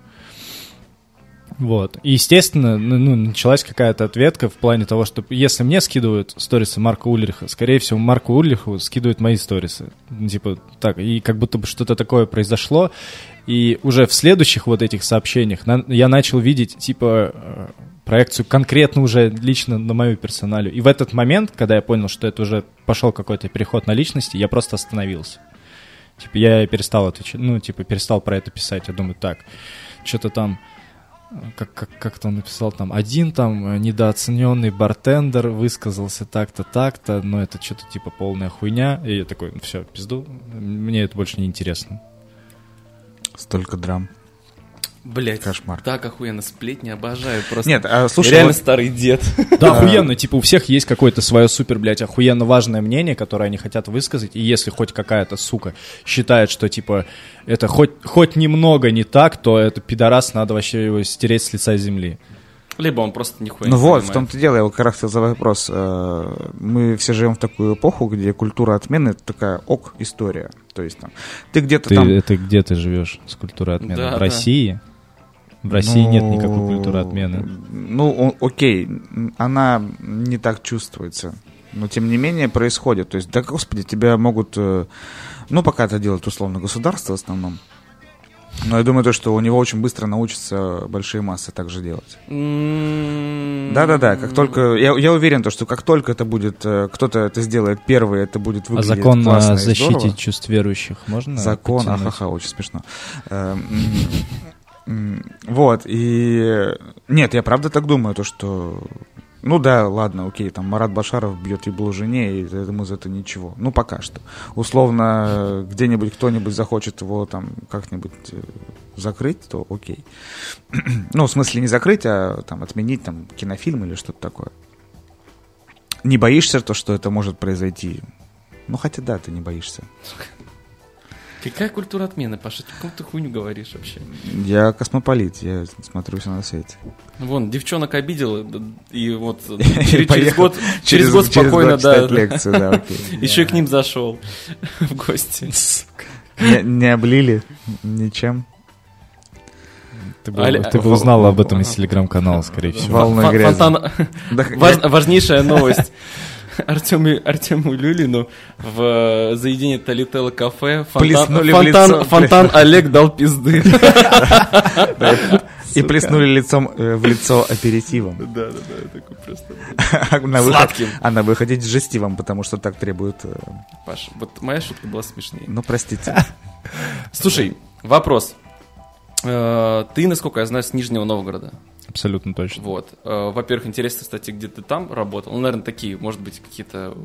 Вот. И, естественно, ну, ну, началась какая-то ответка в плане того, что если мне скидывают сторисы Марка Ульриха, скорее всего, Марку Ульриху скидывают мои сторисы. Ну, типа, так, и как будто бы что-то такое произошло. И уже в следующих вот этих сообщениях на- я начал видеть, типа, э, проекцию конкретно уже лично на мою персоналию. И в этот момент, когда я понял, что это уже пошел какой-то переход на личности, я просто остановился. Типа, я перестал отвечать, ну, типа, перестал про это писать. Я думаю, так, что-то там, как, как, как-то он написал там, один там недооцененный бартендер высказался так-то, так-то, но это что-то типа полная хуйня. И я такой, ну, все, пизду, мне это больше не интересно. Столько драм. Блять, Кошмар. так охуенно, сплетни обожаю просто. Нет, а, Я слушай, реально вот- старый дед. Да, охуенно, типа у всех есть какое-то свое супер, блядь, охуенно важное мнение, которое они хотят высказать, и если хоть какая-то сука считает, что, типа, это хоть, хоть немного не так, то это пидорас, надо вообще его стереть с лица земли. Либо он просто нихуя Ну не вот, понимает. в том-то дело, я вот как раз хотел задать вопрос. Э, Мы все живем в такую эпоху, где культура отмены — это такая ок-история. То есть там, ты где-то Ты, там... это где ты живешь с культурой отмены? Да, в да. России? В России Ну, нет никакой культуры отмены. Ну, о- окей, она не так чувствуется. Но, тем не менее, происходит. То есть, да, господи, тебя могут... э, Ну, пока это делает, условно, государство в основном. Но я думаю, то, что у него очень быстро научатся большие массы так же делать. М-м-м. Да-да-да, как только... Я, я уверен, то, что как только это будет... э, Кто-то это сделает первый, это будет А выглядеть закон классно о и защите здорово. чувств верующих можно? Закон, подтянуть? ахаха, очень смешно. Эм, м, Вот, и... Нет, я правда так думаю, то, что... Ну да, ладно, окей, там Марат Башаров бьет еблу жене, и ему за это ничего. Ну, пока что. Условно, где-нибудь кто-нибудь захочет его там как-нибудь э, закрыть, то окей. Ну, в смысле не закрыть, а там отменить там кинофильм или что-то такое. Не боишься то, что это может произойти? Ну, хотя да, ты не боишься. Какая культура отмены, Паша? Ты какую ты хуйню говоришь вообще? Я космополит, я смотрю все на свете. Вон, девчонок обидел, д- и вот И через, через поехал год, через год спокойно, год да, читать лекцию, да, окей. еще и к ним зашел в гости. Не, не облили ничем. Ты бы, Аля- ты бы узнал об этом из телеграм-канала, скорее всего. Волной Фон- грязи. фонтан- Да, Важ- Важнейшая новость. Артему, Артему Люлину в э, заведении Талителла кафе фонтан, Плеснули в фонтан, лицо. фонтан Олег дал пизды. И плеснули лицом э, в лицо аперитивом. Да, да, да, такой просто. А на выход- Сладким. А на выходе с жестивом, потому что так требует... э, Паш, вот моя шутка была смешнее. Ну, простите. Слушай, вопрос. Э, Ты, насколько я знаю, с Нижнего Новгорода. Абсолютно точно. Вот. Э, Во-первых, интересно, кстати, где ты там работал. Ну, наверное, такие, может быть, какие-то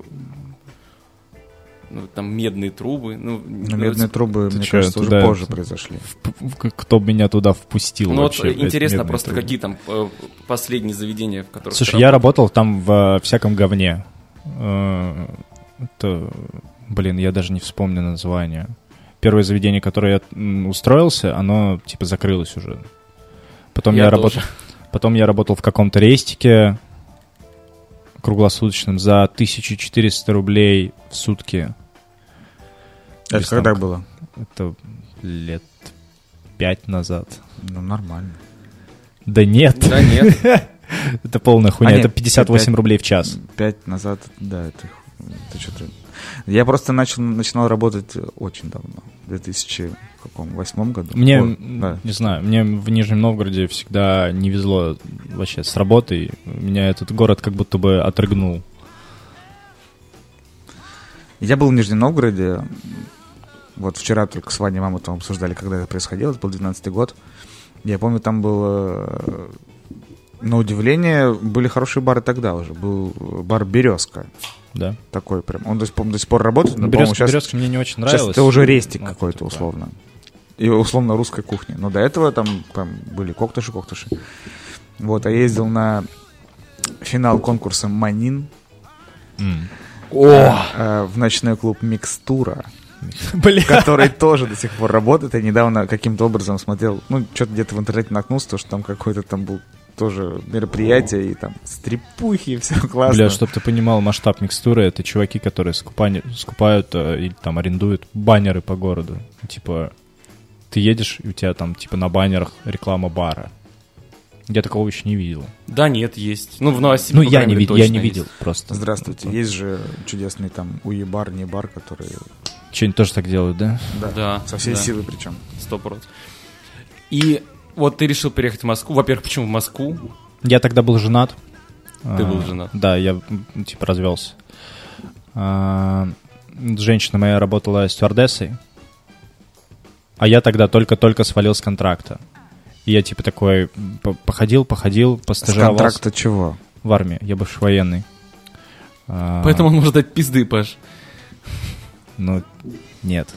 ну, там медные трубы. Ну, Но медные трубы, Ты мне чё, кажется, уже туда- позже произошли. В- в- Кто меня туда впустил Ну, вот вообще? блядь, интересно медные просто, трубы? какие там э, последние заведения, в которых Слушай, ты я работал там в э, всяком говне. Э, Это, блин, я даже не вспомню название. Первое заведение, которое я м, устроился, оно типа закрылось уже. Потом я, Я работал, тоже. потом я работал в каком-то рестике круглосуточном за тысячу четыреста рублей в сутки. То Это есть там когда к- было? Это лет пять назад. Ну, нормально. Да нет, Да нет. это полная хуйня. А, нет, Это пятьдесят восемь пять- рублей в час. Пять назад, да, это, это что-то... Я просто начал, начинал работать очень давно, в две тысячи восьмом году. Мне, О, да. не знаю, мне в Нижнем Новгороде всегда не везло вообще с работой. Меня этот город как будто бы отрыгнул. Я был в Нижнем Новгороде, вот вчера только с Ваней Мамонтовым обсуждали, когда это происходило, это был двенадцатый год. Я помню, там был э, На удивление, были хорошие бары тогда уже. Был бар «Березка». Да. Такой прям. Он до сих, до сих пор работает, но, Березка, по-моему, сейчас, Березка мне не очень нравилась. сейчас это уже рестик Ну, какой-то, да. условно. И условно русской кухни. Но до этого там, там были коктыши-коктыши. Вот, а я ездил на финал конкурса «Манин». М. э, в ночной клуб «Микстура», Бля. который тоже до сих пор работает. Я недавно каким-то образом смотрел, ну, что-то где-то в интернете наткнулся, то, что там какой-то там был тоже мероприятие, и там стрипухи, и все классно. Бля, чтоб ты понимал, масштаб «Микстуры» — это чуваки, которые скупани- скупают э, или там арендуют баннеры по городу. Типа, ты едешь, и у тебя там типа на баннерах реклама бара. Я такого еще не видел. Да нет, есть. Ну, в Новосибирске, Ну, по я крайней не, мере, вид- я точно не есть. видел просто. Здравствуйте. Есть же чудесный там уебар, не бар, который... Что-нибудь тоже так делают, да? Да, Да, со всей да. силы причем. Сто процентов. И вот ты решил переехать в Москву. Во-первых, почему в Москву? Я тогда был женат. Ты был женат. Да, я м, типа развелся. А, женщина моя работала стюардессой, а я тогда только-только свалил с контракта. И я типа такой по- походил, походил, С постажировался контракта чего? в армии. Я бывший военный. А, Поэтому он может дать пизды, Паш. Ну, нет.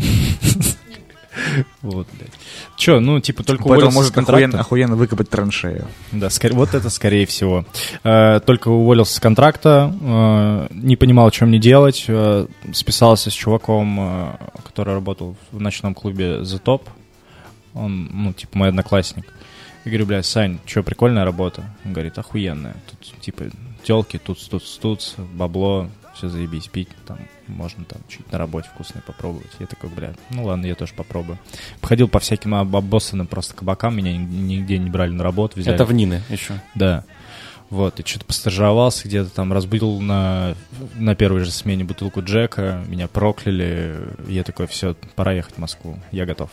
Вот, блядь. Че, ну, типа, только Поэтому уволился с может контракта. охуенно, охуенно выкопать траншею. Да, скорее, вот это скорее всего. Э, только уволился с контракта, э, не понимал, что мне делать, э, списался с чуваком, э, который работал в ночном клубе The Top. Он, ну, типа, мой одноклассник. Я говорю, блядь, Сань, что, прикольная работа? Он говорит, охуенная. Тут, типа, телки, тут, тут, тут, бабло, все заебись, пить, там, можно там чуть на работе вкусное попробовать. Я такой, блядь, ну ладно, я тоже попробую. Походил по всяким обоссанным просто кабакам, меня нигде не брали на работу, взяли. Это в Нины еще. Да. Вот, и что-то постажировался где-то там, разбил на, на первой же смене бутылку Джека, меня прокляли. Я такой, все, пора ехать в Москву, я готов.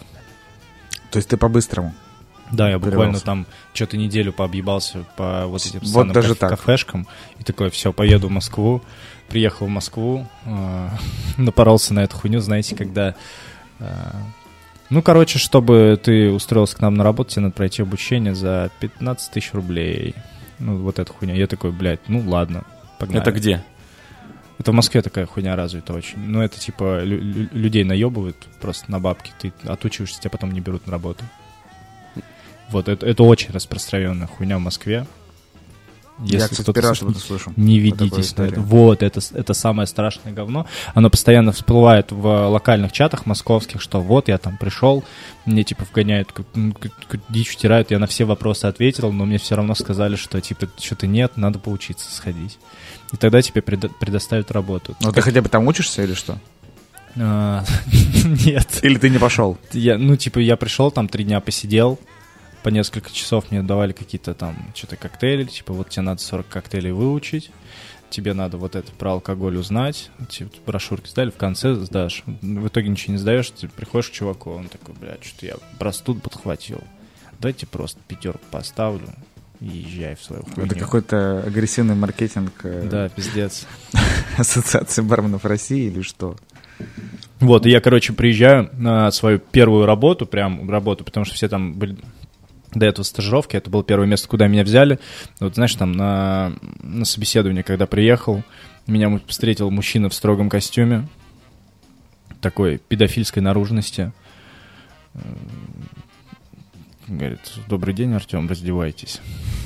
То есть ты по-быстрому. Да, я буквально Перевелся. там что-то неделю пообъебался по вот этим Вот странным даже каф- так. кафешкам. И такой, все, поеду в Москву. Приехал в Москву, э, напоролся на эту хуйню, знаете, когда... э, ну, короче, чтобы ты устроился к нам на работу, тебе надо пройти обучение за пятнадцать тысяч рублей. Ну, вот эта хуйня. Я такой, блядь, ну ладно, погнали. Это где? Это в Москве такая хуйня развита очень. Ну, это типа лю- лю- людей наебывают просто на бабки. Ты отучиваешься, тебя потом не берут на работу. Вот, это, это очень распространенная хуйня в Москве. Я, кстати, кто-то первый раз слышит, об этом слышу. не Вот такую ведитесь на это. историю. Вот, это, это самое страшное говно. Оно постоянно всплывает в локальных чатах московских, что вот я там пришел, мне типа вгоняют, как- ну, как- как дичь втирают, я на все вопросы ответил, но мне все равно сказали, что типа что-то нет, надо поучиться сходить. И тогда тебе предо- предоставят работу. Ну ты хотя бы там учишься или что? А, Нет. Или ты не пошел? Я, ну, типа, я пришел, там три дня посидел, по несколько часов мне давали какие-то там что-то коктейли, типа, вот тебе надо сорок коктейлей выучить, тебе надо вот это про алкоголь узнать, типа, брошюрки сдали, в конце сдашь. В итоге ничего не сдаешь, ты приходишь к чуваку, он такой, блядь, что-то я простуд подхватил. Дайте просто пятерку поставлю и езжай в свою хуйню. Это какой-то агрессивный маркетинг э, Да, пиздец. Ассоциации барменов России или что? Вот, и я, короче, приезжаю на свою первую работу, прям работу, потому что все там были до этого стажировки, это было первое место, куда меня взяли. Вот, знаешь, там на, на собеседование, когда приехал, меня встретил мужчина в строгом костюме, такой педофильской наружности. Говорит, добрый день, Артем, раздевайтесь.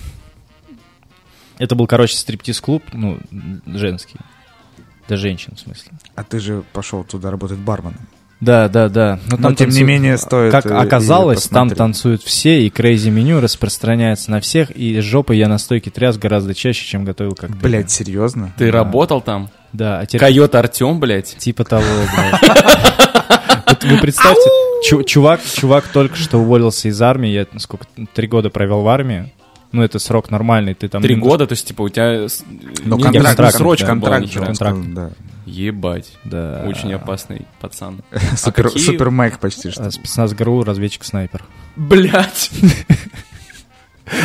Это был, короче, стриптиз-клуб, ну, женский. Для женщин, в смысле. А ты же пошел туда работать барменом. Да, да, да. Но, тем не менее, стоит, Как э, оказалось, и там посмотреть. танцуют все, и крейзи меню распространяется на всех, и жопой я на стойке тряс гораздо чаще, чем готовил коктейли. Блять, серьезно? Ты Да. работал там? Да, а теперь Койот Артем, блядь. типа того, блядь. Вот вы представьте, чу- чувак, чувак только что уволился из армии, я сколько, три года провел в армии. Ну, это срок нормальный, ты там... Три немножко- года, то есть, типа, у тебя с- Но не- контракт, контракт, срочка да, была, контракт, нихера. же, он Контракт. сказал, да. Ебать. Да. Очень опасный пацан. Супер, какие- супер Майк почти что. А, Спецназ ГРУ, разведчик-снайпер. Блять,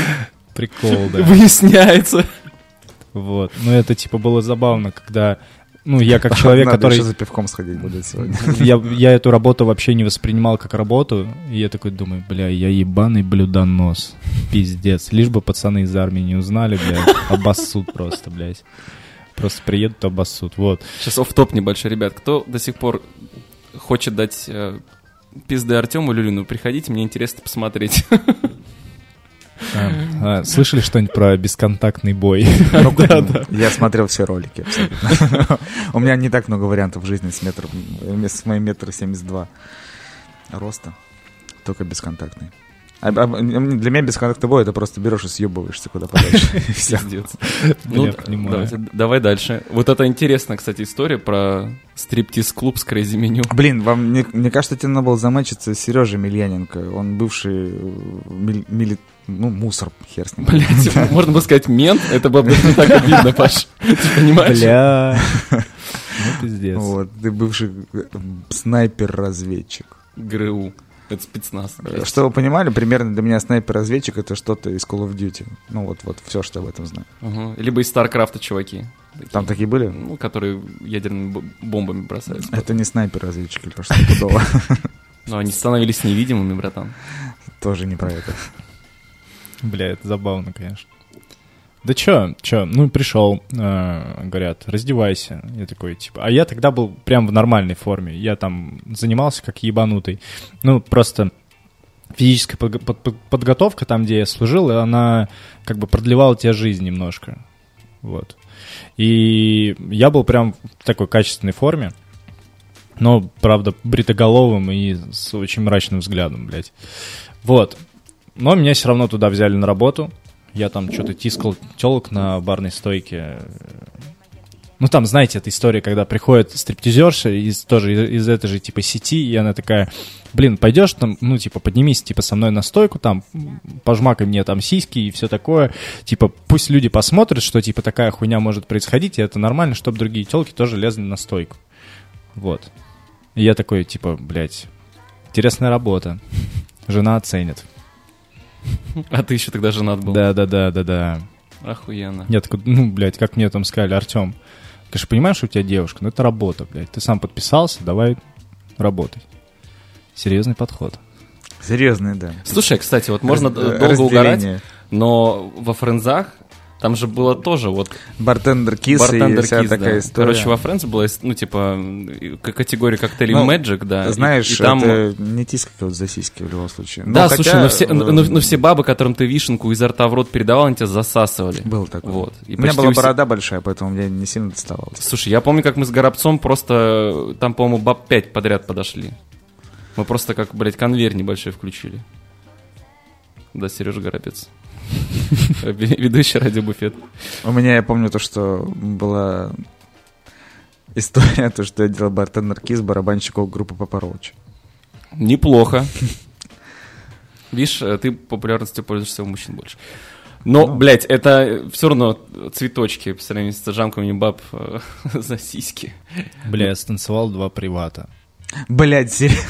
Прикол, да. выясняется. Вот. Ну, это, типа, было забавно, когда ну, я как человек, Надо который... еще за пивком сходить будет сегодня. Я, я эту работу вообще не воспринимал как работу, и я такой думаю, бля, я ебаный блюдонос, пиздец. Лишь бы пацаны из армии не узнали, блядь, обоссут просто, блядь. Просто приедут, обоссут, вот. Сейчас офф-топ небольшой, ребят. Кто до сих пор хочет дать э, пизды Артему Люлину, приходите, мне интересно посмотреть. А, а, слышали что-нибудь про бесконтактный бой? Ну, я смотрел все ролики абсолютно. У меня не так много вариантов в жизни с метром, с моим метр семьдесят два роста, только бесконтактный. А, а, для меня бесконтактный бой — это просто берешь и съебываешься куда подальше. Пиздец. Ну, давайте, давай дальше. Вот это интересная, кстати, история про стриптиз-клуб с Crazy Menu. Блин, вам, мне, мне кажется, тебе надо было замачиться с Сережей Мильяненко. Он бывший мили, мили, ну, мусор, хер с ним. Блядь, можно было сказать мент, это было бы не так обидно, Паш. Ты понимаешь? Бля, ну пиздец. Вот, ты бывший снайпер-разведчик. ГРУ. Это спецназ. Что вы понимали, примерно для меня снайпер-разведчик — это что-то из Call of Duty. Ну вот, вот все, что я об этом знаю. Угу. Либо из Старкрафта чуваки. Такие, там такие были? Ну, которые ядерными бомбами бросаются. Это не снайпер-разведчик, Леша, стопудово. Но они становились невидимыми, братан. Тоже не про это. Бля, это забавно, конечно. Да чё, чё, ну пришел, э, говорят, раздевайся. Я такой, типа, а я тогда был прям в нормальной форме. Я там занимался как ебанутый. Ну, просто физическая под, под, подготовка там, где я служил, она как бы продлевала тебе жизнь немножко. Вот. И я был прям в такой качественной форме. Но, правда, бритоголовым и с очень мрачным взглядом, блядь. Вот. Но меня все равно туда взяли на работу. Я там что-то тискал телок на барной стойке. Ну, там, знаете, эта история, когда приходит стриптизерша из, тоже из, из этой же, типа, сети, и она такая, блин, пойдешь там, ну, типа, поднимись, типа, со мной на стойку, там, пожмакай мне там сиськи и все такое. Типа, пусть люди посмотрят, что, типа, такая хуйня может происходить, и это нормально, чтобы другие телки тоже лезли на стойку. Вот. И я такой, типа, блядь, интересная работа. Жена оценит. А ты еще тогда женат был? Да-да-да-да-да. Охуенно. Я такой, ну, блядь, как мне там сказали, Артем, ты же понимаешь, что у тебя девушка? Ну, это работа, блядь. Ты сам подписался, давай работай. Серьезный подход. Серьезный, да. Слушай, кстати, вот можно Раз, долго угорать, но во френдзах там же было тоже вот... Бартендер Кисс и вся Kiss, такая да. история. Короче, во Френдс была, ну, типа, категория коктейлей ну, Magic, да. Знаешь, и, и там... это не тиска вот за сиськи в любом случае. Да, но слушай, хотя... но, все, но, но все бабы, которым ты вишенку изо рта в рот передавал, они тебя засасывали. Был такой. Вот. И у меня была все... борода большая, поэтому мне не сильно доставалось. Слушай, я помню, как мы с Горобцом просто... Там, по-моему, баб пять подряд подошли. Мы просто как, блядь, конвейер небольшой включили. Да, Сережа Горобец. Ведущий радио Буфет. У меня, я помню, то, что была история, то, что я делал бартендер Кисс, барабанщиков группы Папа Роуч. Неплохо. Видишь, ты популярностью пользуешься у мужчин больше. Но, ну, блядь, это все равно цветочки по сравнению с сажамками баб за сиськи. Бля, я станцевал два привата. Блядь, серьезно?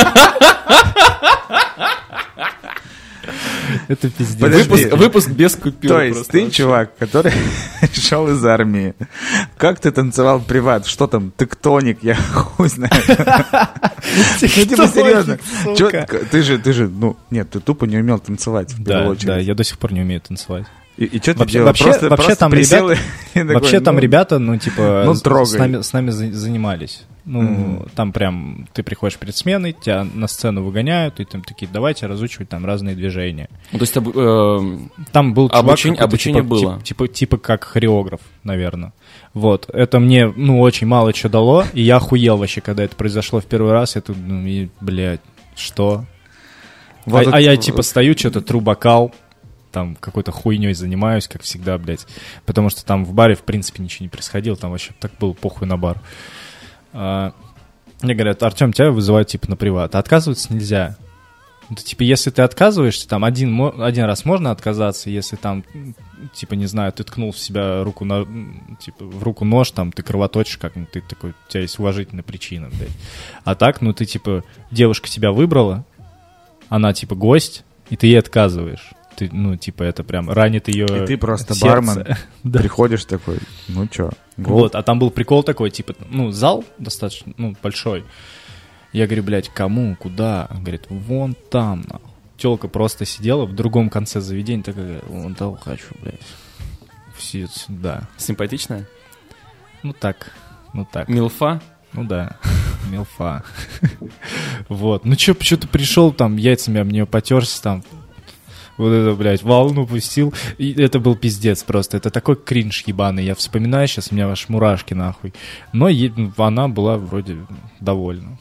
Это пиздец. Выпуск, выпуск без купюр. То есть ты вообще. Чувак, который шел из армии. Как ты танцевал приват? Что там, тектоник? Я хуй знаю. Ну типа серьезно. Ты же, ты же, ну, нет, ты тупо не умел танцевать. Да, да, я до сих пор не умею танцевать. И, и что ты вообще, делал? Вообще, просто, вообще, просто там ребята, такой, вообще ну, там ребята, ну, типа, ну, с, с, нами, с нами занимались. Ну, mm-hmm. там прям ты приходишь перед сменой, тебя на сцену выгоняют, и там такие, давайте разучивать там разные движения. Ну, то есть э, там был чувак, обучение, обучение типа, было. Типа, типа, типа как хореограф, наверное. Вот. Это мне, ну, очень мало чего дало, и я охуел вообще, когда это произошло в первый раз. Я тут, ну, и, блядь, что? Вот а, это... а я, типа, стою, что-то тру бокал, там какой-то хуйней занимаюсь, как всегда, блядь. Потому что там в баре, в принципе, ничего не происходило. Там вообще так было похуй на бар. А, мне говорят, Артем, тебя вызывают, типа, на приват. А отказываться нельзя. Ну, типа, если ты отказываешься, там один, один раз можно отказаться, если там, типа, не знаю, ты ткнул в себя руку, на, типа, в руку нож, там, ты кровоточишь как-нибудь, ты такой, у тебя есть уважительная причина, блядь. А так, ну, ты, типа, девушка тебя выбрала, она, типа, гость, и ты ей отказываешь. Ты, ну, типа, это прям ранит ее И ты просто сердце. бармен, Да. приходишь такой, ну чё, гол? Вот, а там был прикол такой, типа, ну, зал достаточно, ну, большой. Я говорю, блядь, кому, куда? Он говорит, вон там, нахуй. Тёлка просто сидела в другом конце заведения, такая, вон того хочу, блядь. Все сюда. Симпатичная? Ну так, ну так. Милфа? Ну да, милфа. Вот, ну чё, что-то пришел там, яйцами об нее потерся там. Вот это, блядь, волну пустил. И это был пиздец просто. Это такой кринж ебаный. Я вспоминаю сейчас, у меня аж мурашки нахуй. Но е- она была вроде довольна.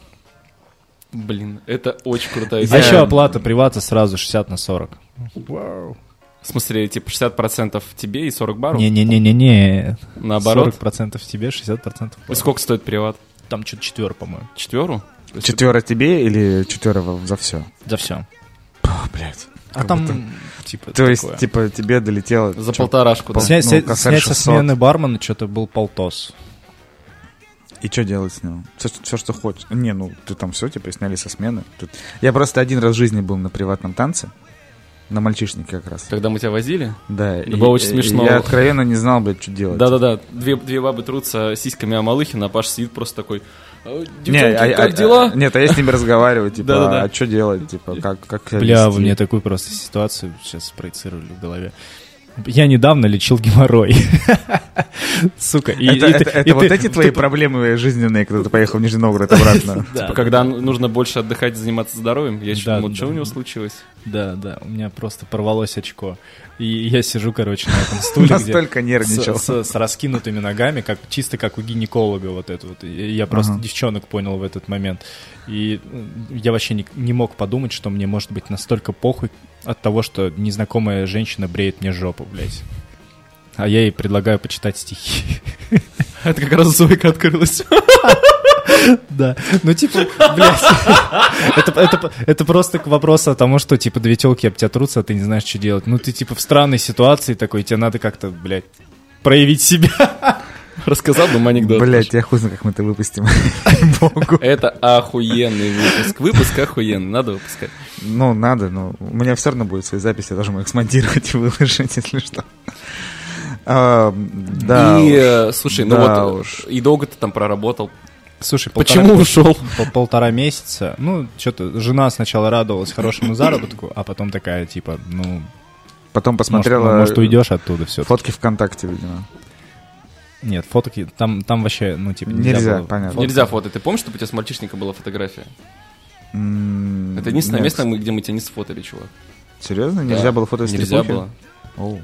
Блин, это очень крутая А идея. еще оплата привата сразу шестьдесят на сорок. В смысле, типа шестьдесят процентов тебе и сорок баров? Не-не-не-не-не. Наоборот? сорок процентов тебе, шестьдесят процентов. И сколько стоит приват? Там что-то четвер, по-моему. Четверу? Четверо тебе или четверо за все? За все. Блять. А там, типа, То есть, такое. типа, тебе долетело... За чё, полторашку, да. пол- Снять, ну, снять- косарь снять со шестьсот. смены бармена что-то был полтос. И что делать с ним? Все, все, что хочешь. Не, ну, ты там все, типа, сняли со смены. Тут- Я просто один раз в жизни был на приватном танце. На мальчишнике как раз. Когда мы тебя возили? Да. Это было очень смешно. Я откровенно не знал, блядь, что делать. Да-да-да, две, две бабы трутся сиськами о Малыхина, а Паша сидит просто такой, «А, Не, девчонки, а- как а- дела?» а- нет, а я с ними разговариваю, типа, Да-да-да. а что делать, типа, как, как себя Бля, вести? вы мне такую просто ситуацию сейчас спроецировали в голове. Я недавно лечил геморрой. Сука. и- Это, и это- ты- это и вот ты- эти твои ты- проблемы жизненные, когда ты поехал в Нижний Новгород обратно. Да, Типа, когда нужно больше отдыхать и заниматься здоровьем, я еще Да, думал, да, что у да. него случилось? Да, да, у меня просто порвалось очко. И я сижу, короче, на этом стуле, где Настолько нервничал. с, с- с раскинутыми ногами, как, чисто как у гинеколога вот это вот. И я просто Ага. девчонок понял в этот момент. И я вообще не, не мог подумать, что мне может быть настолько похуй от того, что незнакомая женщина бреет мне жопу, блядь. А я ей предлагаю почитать стихи. Это как раз Зойка открылась. Да, ну типа, блядь, это, это, это просто к вопросу о том, что типа две телки об тебя трутся, а ты не знаешь, что делать. Ну ты типа в странной ситуации такой, тебе надо как-то, блядь, проявить себя. Рассказал бы анекдот. Блять, я хуй знаю, как мы это выпустим. Богу. Это охуенный выпуск. Выпуск охуенный, надо выпускать. Ну, надо, но у меня все равно будет свои записи, я должен их смонтировать и выложить, если что. А, да И, уж. э, слушай, ну Да вот, уж. и долго ты там проработал? Слушай, Почему ушел? пол- полтора месяца, ну, что-то жена сначала радовалась хорошему заработку, а потом такая, типа, ну, Потом может, посмотрела может уйдешь оттуда все. фотки ВКонтакте, видимо. Нет, фотки, там, там вообще, ну, типа, нельзя, Нельзя, было понятно. фоткать. Нельзя фото. Ты помнишь, что у тебя с мальчишником была фотография? М, Это единственное нет. место, мы- где мы тебя не сфотали, чувак. Серьезно? Нельзя Да. было фото с Нельзя трепухи? было. Оу.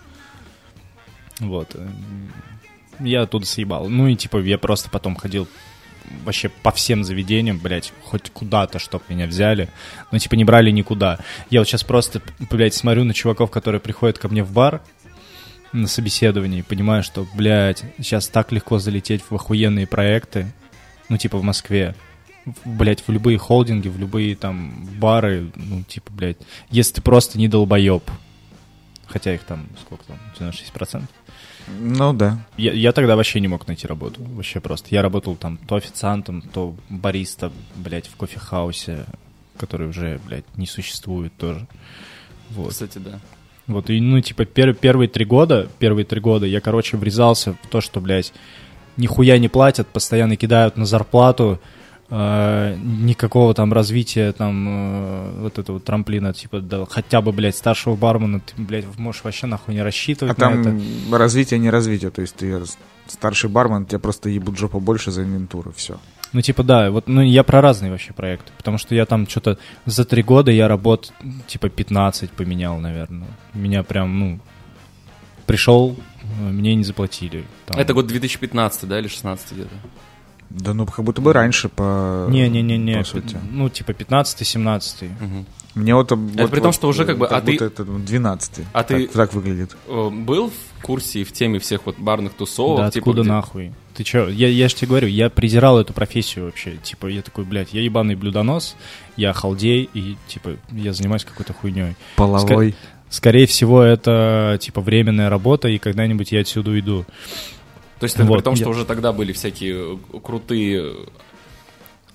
Вот. э, Я оттуда съебал. Ну и типа я просто потом ходил вообще по всем заведениям, блядь, хоть куда-то, чтоб меня взяли. Но типа не брали никуда. Я вот сейчас просто, блядь, смотрю на чуваков, которые приходят ко мне в бар на собеседование и понимаю, что, блядь, сейчас так легко залететь в охуенные проекты. Ну типа в Москве. В- Блядь, в любые холдинги, в любые там бары, ну типа, блядь, если ты просто не долбоеб. Хотя их там, сколько там, девяносто шесть процентов. Ну да. Я, я тогда вообще не мог найти работу. Вообще просто. Я работал там то официантом, то бариста, блядь, в кофехаусе, который уже, блядь, не существует тоже. Вот. Кстати, да. Вот, и, ну, типа, пер- первые три года, первые три года я, короче, врезался в то, что, блядь, нихуя не платят, постоянно кидают на зарплату, э, никакого там развития, там, э, вот этого трамплина, типа, да, хотя бы, блядь, старшего бармена, ты, блядь, можешь вообще нахуй не А рассчитывать на там это. развитие, не развитие. То есть ты старший бармен, тебе просто ебут жопу больше за инвентуру, все. Ну, типа, да, вот, ну, я про разные вообще проекты, потому что я там что-то за три года я работ, типа, пятнадцать поменял, наверное. Меня прям, ну, пришел, мне не заплатили. Там. Это год две тысячи пятнадцатый, да, или шестнадцатый где-то? Да ну, как будто бы раньше по... Не-не-не-не, по сути. ну, типа, пятнадцатый-семнадцатый. Мгм. Мне вот... вот при том, вот, что уже как бы, а ты- будто это двенадцатый. а так, ты- так выглядит. Э, Был в курсе и в теме всех вот барных тусовок? Да типа, откуда где- нахуй? Ты чё? Я, я же тебе говорю, я презирал эту профессию вообще. Типа, я такой, блядь, я ебаный блюдонос, я халдей, и, типа, я занимаюсь какой-то хуйней. Половой. Скорее всего, это, типа, временная работа, и когда-нибудь я отсюда уйду. То есть это Вот, при том, что я- уже тогда были всякие э, крутые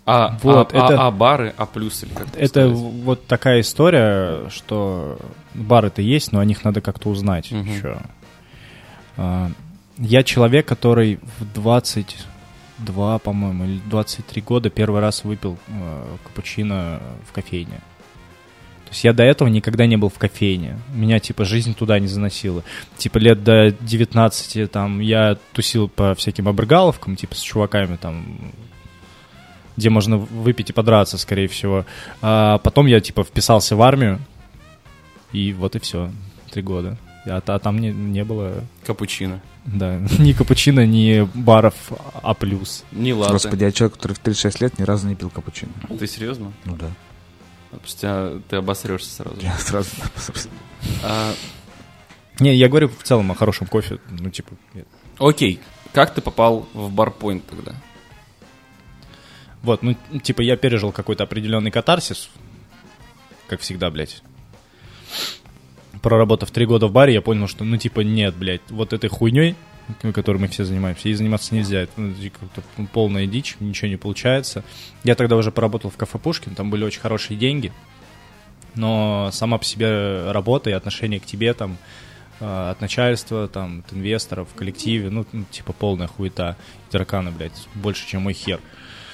А, Вот, а, это- а, а бары, а плюс или как Это сказать? вот такая история, что бары-то есть, но о них надо как-то узнать Мгм. еще. А, Я человек, который в двадцать два, по-моему, или двадцать три года первый раз выпил э, капучино в кофейне. То есть я до этого никогда не был в кофейне. Меня, типа, жизнь туда не заносила. Типа, лет до девятнадцати там я тусил по всяким обрыгаловкам, типа, с чуваками там, где можно выпить и подраться, скорее всего. А потом я, типа, вписался в армию, и вот и все. Три года. А, а там не, не было, Капучино. да, ни капучино, ни баров А+. Не латте. Господи, я человек, который в тридцать шесть лет ни разу не пил капучино. Ты серьезно? Ну да. Потому что тебя- ты обосрешься сразу. Я сразу... А, Не, я говорю в целом о хорошем кофе. Ну, типа, нет. окей, как ты попал в барпоинт тогда? Вот, ну, типа, я пережил какой-то определенный катарсис, как всегда, блядь. Проработав три года в баре, я понял, что, ну, типа, нет, блядь, вот этой хуйней, которой мы все занимаемся, ей заниматься нельзя. Это ну, как-то полная дичь, ничего не получается. Я тогда уже поработал в кафе «Пушкин», там были очень хорошие деньги, но сама по себе работа и отношение к тебе, там, э, от начальства, там, от инвесторов, в коллективе, ну, ну, типа, полная хуета. Тараканы, блядь, больше, чем мой хер.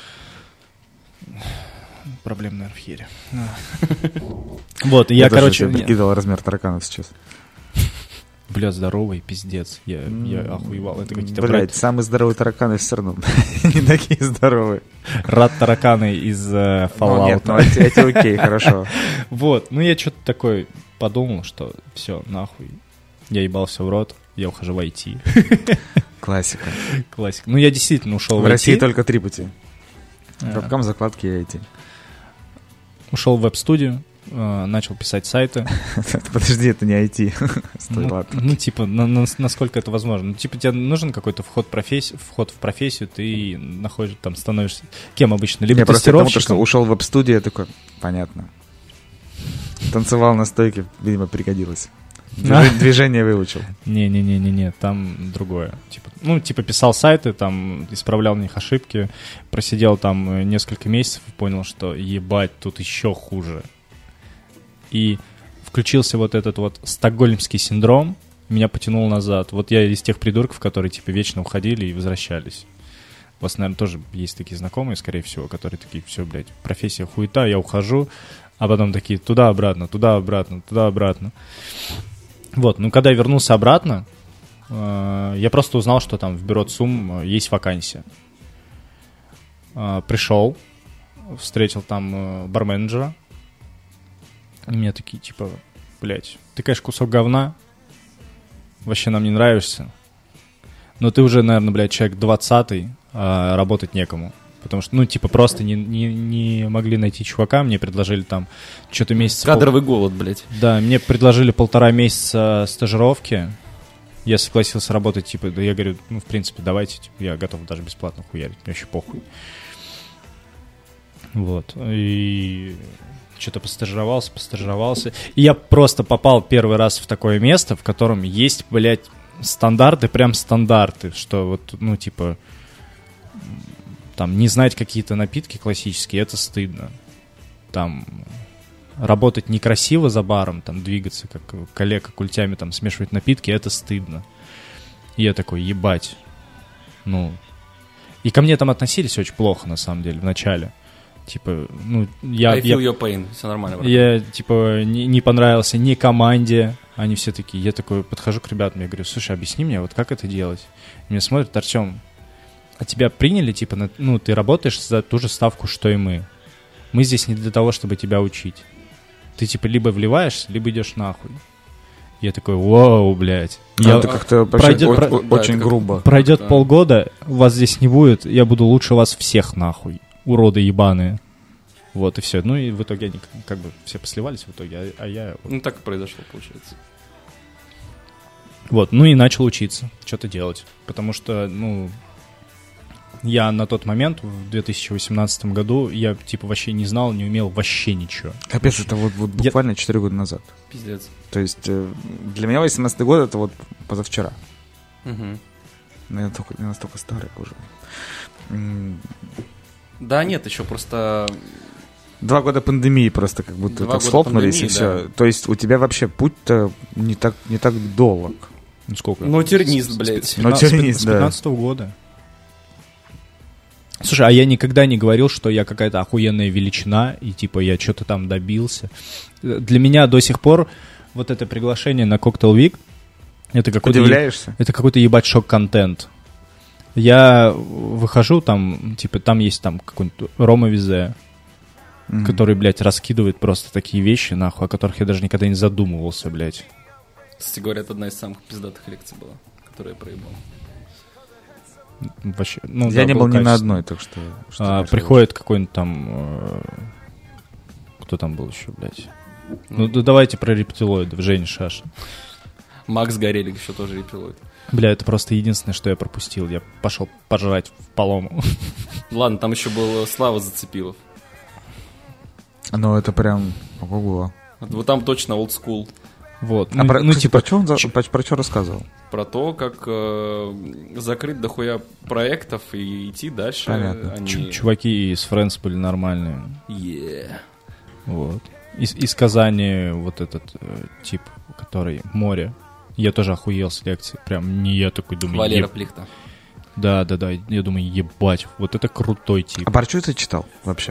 Проблем, наверное, в хере. Вот, и я, короче... Я прикидывал размер тараканов сейчас. Бля, здоровый, пиздец. Я, я охуевал. Это какие-то... Блядь, самые здоровые тараканы все равно не такие здоровые. Рад тараканы из э, Ну, Fallout. нет, ну эти, эти окей, хорошо. Вот, ну я что-то такое подумал, что все, нахуй. Я ебался в рот, я ухожу в ай ти. Классика. Классика. Ну я действительно ушел в, В ай ти. России только три пути. А. Вебкам, закладки и ай ти. Ушел в веб-студию, э, начал писать сайты. Подожди, это не ай ти. Стой, Ну, ладно. ну, типа, на- на- насколько это возможно. Ну, типа, тебе нужен какой-то вход, в профессию, вход в профессию, ты находишь, там, становишься кем обычно? Либо Я просто потому, что тестировщиком. ушел в веб-студию, я такой, понятно. Танцевал на стойке, видимо, пригодилось. Движ- Движение выучил. Не-не-не-не-не, там другое. Типа, ну, типа, писал сайты, там, исправлял в них ошибки, просидел там э, несколько месяцев и понял, что ебать, тут еще хуже. И включился вот этот вот стокгольмский синдром, меня потянул назад. Вот я из тех придурков, которые, типа, вечно уходили и возвращались. У вас, наверное, тоже есть такие знакомые, скорее всего, которые такие, все, блядь, профессия хуета, я ухожу, а потом такие туда-обратно, туда-обратно, туда-обратно. Вот, ну, когда я вернулся обратно, э, я просто узнал, что там в бюро ЦУМ есть вакансия. Э, пришел, встретил там э, барменеджера. И мне такие, типа, блядь, ты, конечно, кусок говна, вообще нам не нравишься, но ты уже, наверное, блядь, человек двадцатый, а работать некому. Потому что, ну, типа, просто не, не, не могли найти чувака, мне предложили там что-то месяц... Кадровый голод, блядь. Да, мне предложили полтора месяца стажировки. Я согласился работать, типа, да я говорю, ну, в принципе, давайте, типа, я готов даже бесплатно хуярить, мне вообще похуй. Вот, и что-то постажировался, постажировался. И я просто попал первый раз в такое место, в котором есть, блядь, стандарты, прям стандарты, что вот, ну, типа, там, не знать какие-то напитки классические, это стыдно. Там, работать некрасиво за баром, там, двигаться, как коллега культями, там, смешивать напитки, это стыдно. И я такой, ебать. Ну, и ко мне там относились очень плохо, на самом деле, в начале. Типа, ну, я... I я... feel your pain, все нормально. брат. Я, типа, не, не понравился ни команде, они все такие, я такой подхожу к ребятам, я говорю, слушай, объясни мне, вот как это делать? И меня смотрят, Артем, а тебя приняли, типа, на, ну, ты работаешь за ту же ставку, что и мы. Мы здесь не для того, чтобы тебя учить. Ты, типа, либо вливаешься, либо идешь нахуй. Я такой, вау, блядь. Ну, Я- это как-то пройдет- очень, про- о- да, очень это как- грубо. Пройдет Да. полгода, вас здесь не будет, я буду лучше вас всех нахуй. Уроды ебаные. Вот и все. Ну и в итоге они как- как бы все посливались в итоге, а, а я... вот. Ну, так и произошло, получается. Вот, ну и начал учиться, что-то делать. Потому что, ну, я на тот момент, в две тысячи восемнадцатом году, я, типа, вообще не знал, не умел вообще ничего. Капец, это вот, вот Я- буквально четыре года назад. Пиздец. То есть э, для меня восемнадцатый год это вот позавчера. Мгм. Ну, я, только, я настолько старый уже. М, Да нет, еще просто... Два года пандемии просто как будто Два так слопнулись, пандемии, и все. да. То есть у тебя вообще путь-то не так, не так долг. Ну сколько? Ну, тернист, блядь. Ну, тернист, С да. пятнадцатого года. Слушай, а я никогда не говорил, что я какая-то охуенная величина, и типа я что-то там добился. Для меня до сих пор вот это приглашение на Cocktail Week, это какой-то... Удивляешься? Это какой-то ебать шок-контент. Я выхожу, там, типа, там есть там какой-нибудь Рома Визе, mm-hmm. который, блядь, раскидывает просто такие вещи, нахуй, о которых я даже никогда не задумывался, блядь. Кстати говоря, это одна из самых пиздатых лекций была, которую я проебал. Вообще, ну, я да, не был ни на качественно. одной, так что... что А, приходит какой-нибудь там... Э, кто там был еще, блядь? Ну, да давайте про рептилоидов, Женя Шашин. Макс Горелик еще тоже рептилоид. Бля, это просто единственное, что я пропустил. Я пошел пожрать в Палому. Ладно, там еще был Слава Зацепилов. Ну, это прям... Ого-го. Вот там точно олдскул. Вот. А Ну, про, ну, кстати, типа, про, что он, за- про, про что рассказывал? Про то, как э, закрыть дохуя проектов и идти дальше. Понятно. Они... чу- чуваки из Friends были нормальные. Yeah. Вот. Из, из Казани вот этот э, тип, который море. Я тоже охуел с лекции. Прям не я такой думаю. Валера еб- Плихта. Да, да, да. Я думаю, ебать, вот это крутой тип. А про что ты читал вообще?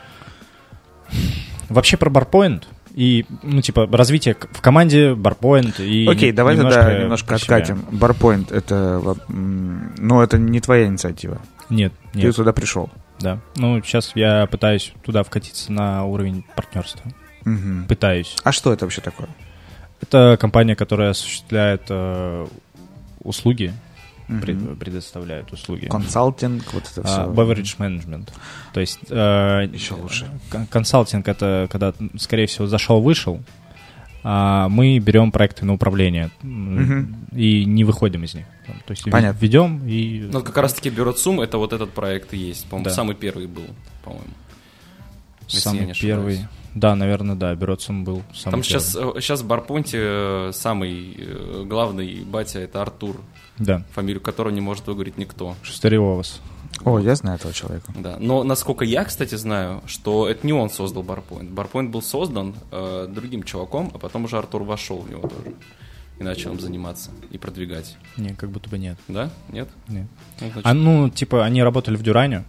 Вообще про барпоинт и, ну, типа, развитие к- в команде, барпоинт и... Окей, н- давай немножко тогда немножко про себя. откатим. Барпоинт — это... м, ну, это не твоя инициатива. Нет, Ты нет, туда пришел. да. Ну, сейчас я пытаюсь туда вкатиться на уровень партнерства. Мгм. Пытаюсь. А что это вообще такое? Это компания, которая осуществляет э, услуги, Мгм. пред- предоставляет услуги. Консалтинг, вот это все. А, beverage management. То есть... э, Еще лучше. кон- Консалтинг — это когда, скорее всего, зашел-вышел, а мы берем проекты на управление м, Мгм. и не выходим из них. Там, То есть Понятно. ведем и... Ну, как раз таки Бюро ЦУМ, это вот этот проект и есть. По-моему, Да. самый первый был, по-моему. если я самый не ошибаюсь. первый. Да, наверное, да, Бюроцум был самый Там первый. сейчас, э, сейчас в Барпонте э, самый э, главный батя — это Артур, Да, фамилию которого не может выговорить никто. Шестеревос. О, я знаю этого человека. Да. Но насколько я, кстати, знаю, что это не он создал Барпоинт. Барпоинт был создан э, другим чуваком, а потом уже Артур вошел в него тоже. И начал им заниматься и продвигать. Не, как будто бы нет. Да? Нет? нет. Ну, значит, А ну, типа, они работали в Дюране.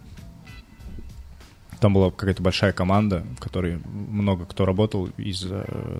Там была какая-то большая команда, в которой много кто работал из... э,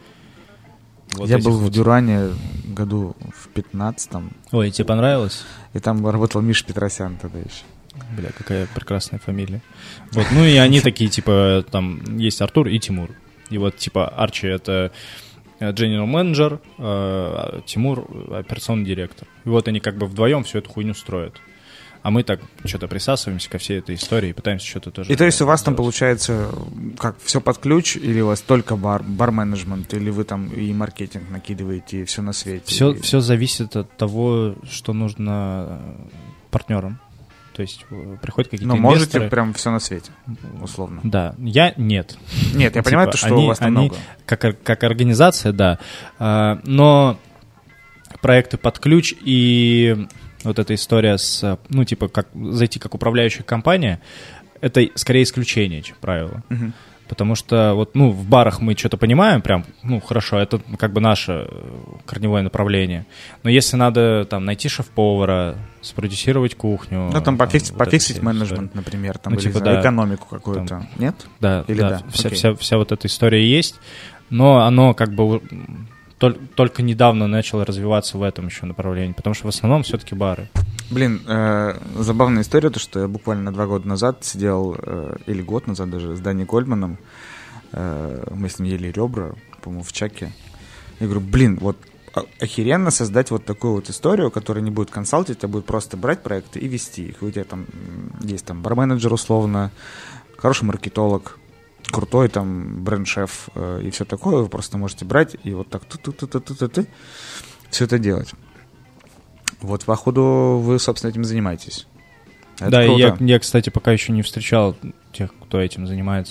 вот я этих был в вот- Дюране году в пятнадцатом, Ой, тебе понравилось? и там работал Миша Петросян тогда еще. Бля, какая прекрасная фамилия. Вот, ну и они такие, типа, там есть Артур и Тимур. И вот, типа, Арчи — это general менеджер, а Тимур — операционный директор. И вот они как бы вдвоем всю эту хуйню строят. А мы так что-то присасываемся ко всей этой истории и пытаемся что-то тоже... И то есть у вас там делать. получается как все под ключ, или у вас только бар, бар-менеджмент, или вы там и маркетинг накидываете, и все на свете? Все, и- все зависит от того, что нужно партнерам. То есть э, приходят какие-то Ну, можете инвесторы. прям все на свете, условно. Да, я нет. Нет, я Типа, понимаю, то, что они- у вас там они много. Как, ор- как организация, да. А, но проекты под ключ и вот эта история с, ну, типа, как зайти как управляющая компания, это скорее исключение, чем правило. Мгм. Потому что вот, ну, в барах мы что-то понимаем прям, ну, хорошо, это как бы наше э, корневое направление. Но если надо там найти шеф-повара, спродюсировать кухню... Ну, там пофиксить, вот это пофиксить все менеджмент, например, там, Ну, или типа, за да. экономику какую-то. Там. Нет? Да, Или да, да? Вся, Окей. вся, вся вот эта история есть, но оно как бы м, толь- только недавно начало развиваться в этом еще направлении, потому что в основном все-таки бары. Блин, э, забавная история, то, что я буквально два года назад сидел, э, или год назад даже, с Дани Гольдманом, э, мы с ним ели ребра, по-моему, в Чаке. Я говорю, блин, вот о- охеренно создать вот такую вот историю, которая не будет консалтить, а будет просто брать проекты и вести их. И у тебя там м, есть там бар-менеджер условно, хороший маркетолог, крутой там бренд-шеф э, и все такое. Вы просто можете брать и вот так ты-ты-ты-ты-ты-ты все это делать. Вот, походу, вы, собственно, этим занимаетесь. Это да, и круто. я, я, кстати, пока еще не встречал тех, кто этим занимается.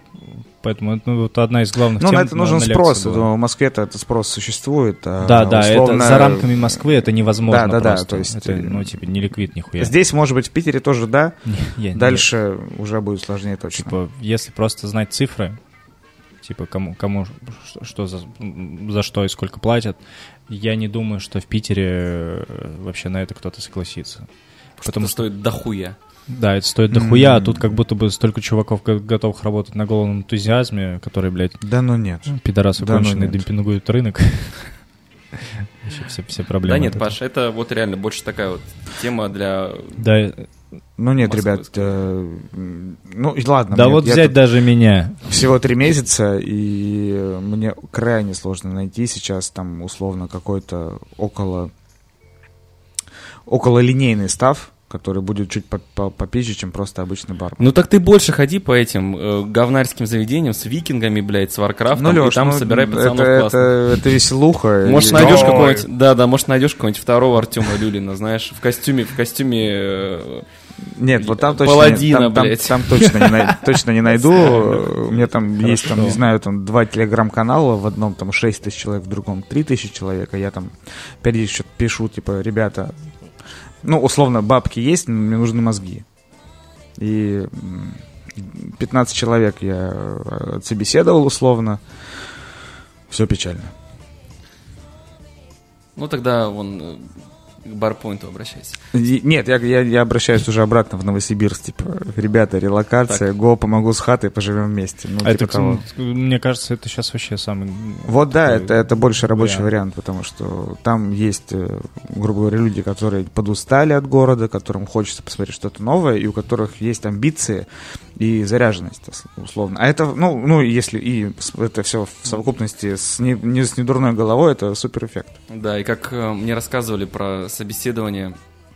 Поэтому это ну, вот одна из главных ну, тем. Ну, на это нужен на спрос. В Москве-то этот спрос существует. А да, да, условно... это за рамками Москвы это невозможно да, да, просто. Да, то есть... Это, ну, типа, не ликвид нихуя. Здесь, может быть, в Питере тоже, да. Не, Дальше нет. уже будет сложнее точно. Типа, если просто знать цифры, типа, кому, кому что, что за, за что и сколько платят, я не думаю, что в Питере вообще на это кто-то согласится. Что Потому что стоит дохуя. Да, это стоит дохуя, mm-hmm. а тут как будто бы столько чуваков готовых работать на голом энтузиазме, которые, блядь... Да ну нет. Пидорасы да конченые, ну демпингуют рынок. Все, все проблемы. Да нет, Паш, это вот реально больше такая вот тема для... Да. Ну нет, ребят, э, ну ладно. Да мне, вот взять даже меня. Всего три месяца, и мне крайне сложно найти сейчас там условно какой-то около... около линейный став, который будет чуть попизже, чем просто обычный бар. Ну так ты больше ходи по этим э, говнарским заведениям с викингами, блядь, с Варкрафтом, ну, Леш, и там ну, собирай пацанов это, классно. Это, это веселуха. Может, найдешь какого-нибудь, да, да, может, найдешь какого-нибудь второго Артема Люлина, знаешь, в костюме, в костюме... Э, Нет, вот там точно, паладина, там, там, там точно, не, най, точно не найду. У меня там Хорошо. Есть, там, не знаю, там два телеграм-канала, в одном там шесть тысяч человек, в другом три тысячи человек, а я там периодически что-то пишу, типа, ребята... Ну, условно, бабки есть, но мне нужны мозги. И пятнадцать человек я отсобеседовал условно. Все печально. Ну, тогда вон к барпоинту обращайся. И, нет, я, я, я обращаюсь уже обратно в Новосибирск. Типа, ребята, релокация, так. го, помогу с хатой, поживем вместе. Ну, а типа это, того. Мне кажется, это сейчас вообще самый... Вот да, это, это больше рабочий вариант. вариант, потому что там есть, грубо говоря, люди, которые подустали от города, которым хочется посмотреть что-то новое, и у которых есть амбиции и заряженность, условно. А это, ну, ну если и это все в совокупности с, не, не с недурной головой, это супер эффект. Да, и как э, мне рассказывали про собеседование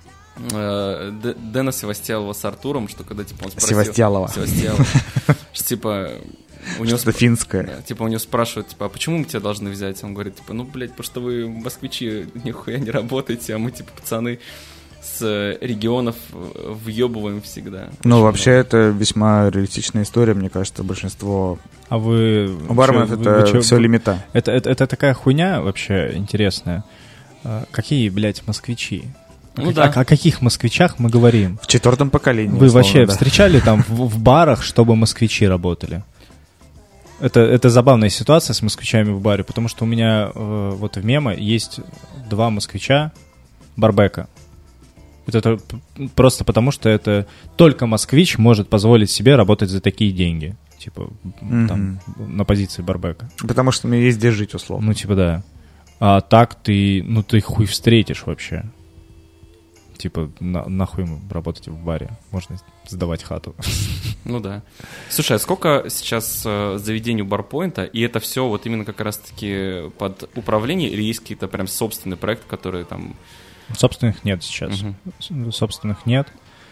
э, Д- Дэна Севастьялова с Артуром, что когда типа он спросил... Севастьялова. Севастьялова. Что типа... У него что-то спр... финское. Да, типа у него спрашивают, типа, а почему мы тебя должны взять? Он говорит, типа, ну, блядь, потому что вы москвичи нихуя не работаете, а мы, типа, пацаны с регионов въебываем всегда. Ну, очень вообще, много. это весьма реалистичная история, мне кажется, большинство... А вы... У барменов чё, это вы, вы, все лимита. Это, это, это такая хуйня вообще интересная. А, какие, блядь, москвичи? Ну о, да. о, о каких москвичах мы говорим? В четвертом поколении. Вы условно, вообще да. встречали там в, в барах, чтобы москвичи работали? Это, это забавная ситуация с москвичами в баре, потому что у меня э, вот в Мемо есть два москвича барбека. Это, это просто потому, что это только москвич может позволить себе работать за такие деньги. Типа, mm-hmm. там, на позиции барбека. Потому что мне есть где жить, условно. Ну, типа, да. А так ты, ну, ты хуй встретишь вообще. Типа, на, нахуй ему работать в баре? Можно сдавать хату. Ну да. Слушай, а сколько сейчас э, заведений у барпоинта, и это все вот именно как раз-таки под управление, или есть какие-то прям собственные проекты, которые там... Собственных нет сейчас. Угу. Собственных нет.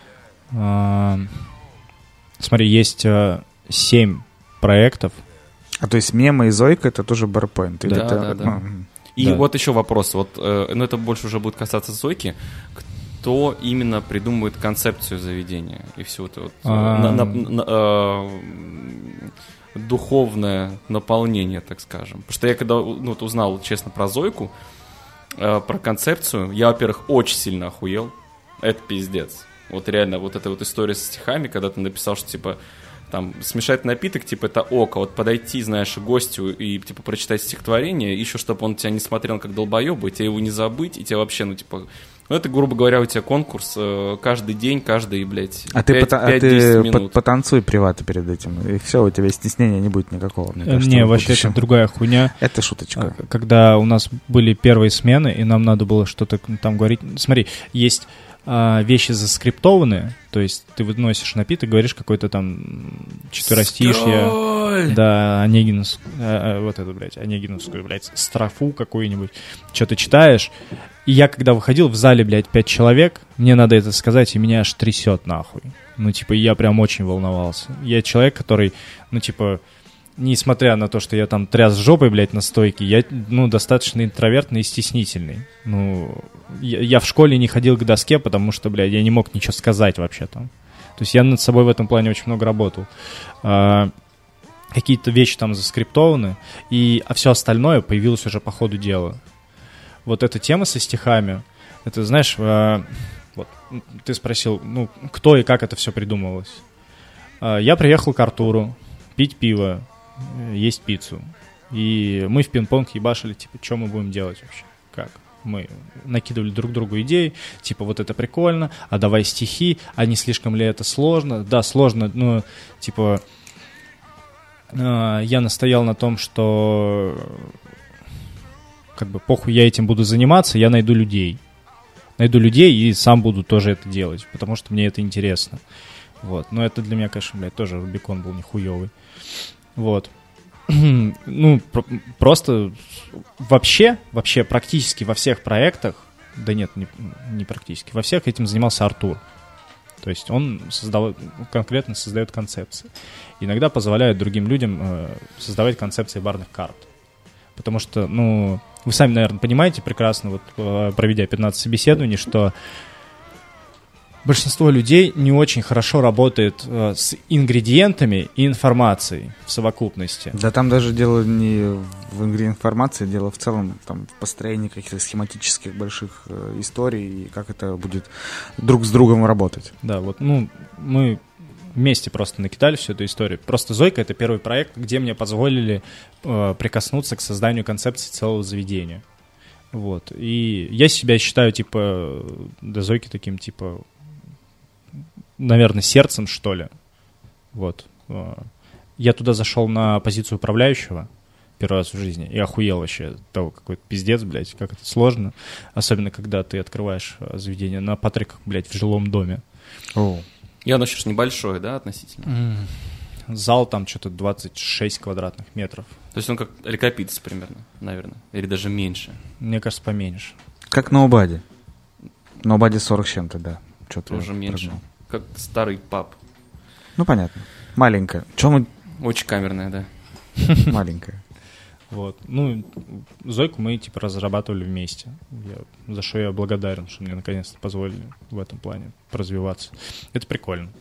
А, смотри, есть а, семь проектов. А то есть Мема и Зойка — это тоже барпоинт? Да, это... да, да. И да. Вот еще вопрос. Вот, э, ну это больше уже будет касаться Зойки. Кто именно придумывает концепцию заведения и все это вот на, на, на, э, духовное наполнение, так скажем. Потому что я когда ну, вот узнал, честно, про Зойку, э, про концепцию, я, во-первых, очень сильно охуел. Это пиздец. Вот реально, вот эта вот история со стихами, когда ты написал, что типа там смешать напиток, типа это ок, а вот подойти, знаешь, к гостю и типа прочитать стихотворение, еще чтобы он тебя не смотрел как долбоеба, и тебе его не забыть, и тебе вообще, ну типа... Ну, это, грубо говоря, у тебя конкурс э, каждый день, каждый, блядь, а пять, ты, пота- а ты минут. Потанцуй приваты перед этим, и все, у тебя стеснения не будет никакого. Мне кажется, не, вообще это другая хуйня. Это шуточка. Когда у нас были первые смены, и нам надо было что-то там говорить. Смотри, есть а, вещи заскриптованные, то есть ты выносишь напиток, говоришь какой-то там четверостишье. Да, Онегиновскую, а, вот это, блядь, Онегиновскую, блядь, строфу какую-нибудь, что-то читаешь. И я, когда выходил в зале, блядь, пять человек, мне надо это сказать, и меня аж трясет нахуй. Ну, типа, я прям очень волновался. Я человек, который, ну, типа, несмотря на то, что я там тряс жопой, блядь, на стойке, я, ну, достаточно интровертный и стеснительный. Ну, я, я в школе не ходил к доске, потому что, блядь, я не мог ничего сказать вообще там. То есть я над собой в этом плане очень много работал. А, какие-то вещи там заскриптованы, и, а все остальное появилось уже по ходу дела. Вот эта тема со стихами, это, знаешь, э, вот, ты спросил, ну, кто и как это все придумывалось. Э, я приехал к Артуру пить пиво, есть пиццу, и мы в пинг-понг ебашили, типа, что мы будем делать вообще, как? Мы накидывали друг другу идеи, типа, вот это прикольно, а давай стихи, а не слишком ли это сложно? Да, сложно, но, типа... Я настоял на том, что как бы похуй, я этим буду заниматься, я найду людей. Найду людей и сам буду тоже это делать, потому что мне это интересно. Вот. Но это для меня, конечно, блядь, тоже Рубикон был нихуёвый. Вот. Ну, про- просто вообще, вообще практически во всех проектах, да нет, не, не практически, во всех этим занимался Артур. То есть он создал, конкретно создает концепции. Иногда позволяет другим людям э, создавать концепции барных карт. Потому что, ну, вы сами, наверное, понимаете прекрасно, вот э, проведя пятнадцать собеседований, что большинство людей не очень хорошо работает э, с ингредиентами и информацией в совокупности. Да там даже дело не в ингредиентах информации, дело в целом там, в построении каких-то схематических больших э, историй и как это будет друг с другом работать. Да, вот, ну, мы вместе просто накидали всю эту историю. Просто «Зойка» — это первый проект, где мне позволили э, прикоснуться к созданию концепции целого заведения. Вот. И я себя считаю, типа, до «Зойки» таким, типа, наверное, сердцем, что ли. Вот. Я туда зашел на позицию управляющего первый раз в жизни и охуел вообще от того, какой-то пиздец, блядь, как это сложно. Особенно, когда ты открываешь заведение на Патриках, блядь, в жилом доме. О. И оно сейчас небольшое, да, относительно? Mm. Зал там что-то двадцать шесть квадратных метров. То есть он как Рекопитс примерно, наверное, или даже меньше? Мне кажется, поменьше. Как на Убаде. На Убаде сорок с чем-то, да. Что-то Тоже меньше. прогнал. Как старый паб. Ну, понятно. Маленькая. Чем мы... Очень камерная, да. Маленькая. Вот. Ну, «Зойку» мы, типа, разрабатывали вместе. Я, за что я благодарен, что мне наконец-то позволили в этом плане развиваться. Это прикольно.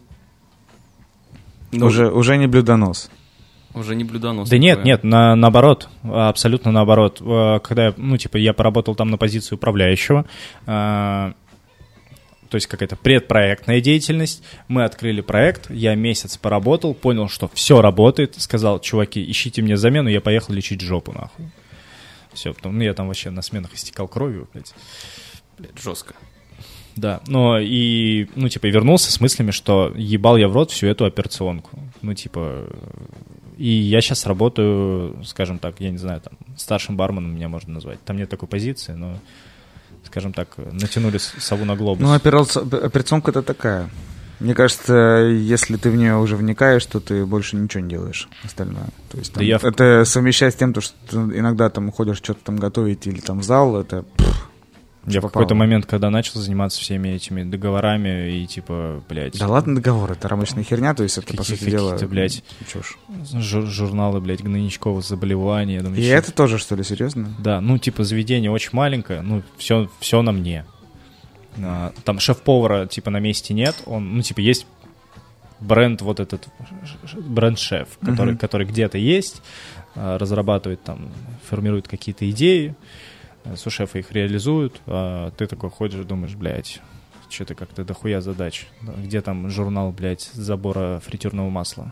Ну, Уже, уже не блюдонос. Уже не блюдонос. Да нет, такое. нет, на, наоборот, абсолютно наоборот. Когда, я, ну, типа, я поработал там на позиции управляющего, э, то есть какая-то предпроектная деятельность, мы открыли проект, я месяц поработал, понял, что все работает, сказал: чуваки, ищите мне замену, я поехал лечить жопу, нахуй. Все, потом, ну, я там вообще на сменах истекал кровью, блядь. Блядь, жестко. Да, но и, ну, типа, вернулся с мыслями, что ебал я в рот всю эту операционку. Ну, типа, и я сейчас работаю, скажем так, я не знаю, там, старшим барменом меня можно назвать. Там нет такой позиции, но, скажем так, натянули сову на глобус. Ну, операционка это такая. Мне кажется, если ты в нее уже вникаешь, то ты больше ничего не делаешь остальное. То есть там, да я... это совмещать с тем, то, что ты иногда там ходишь что-то там готовить или там в зал, это... Я в какой-то момент, когда начал заниматься всеми этими договорами и типа, блядь... Да ладно договор, это рамочная херня, то есть это, какие, по сути какие-то, дела... блядь, чушь. Жур- журналы, блядь, гнойничковых заболеваний. Я думаю, И что... это тоже, что ли, серьезно? Да, ну, типа, заведение очень маленькое, ну, все, все на мне. А, там шеф-повара, типа, на месте нет, он, ну, типа, есть бренд вот этот, бренд-шеф, который, uh-huh. который где-то есть, разрабатывает там, формирует какие-то идеи, сушефы их реализуют, а ты такой ходишь и думаешь, блядь, что-то как-то дохуя задач. Где там журнал, блядь, забора фритюрного масла?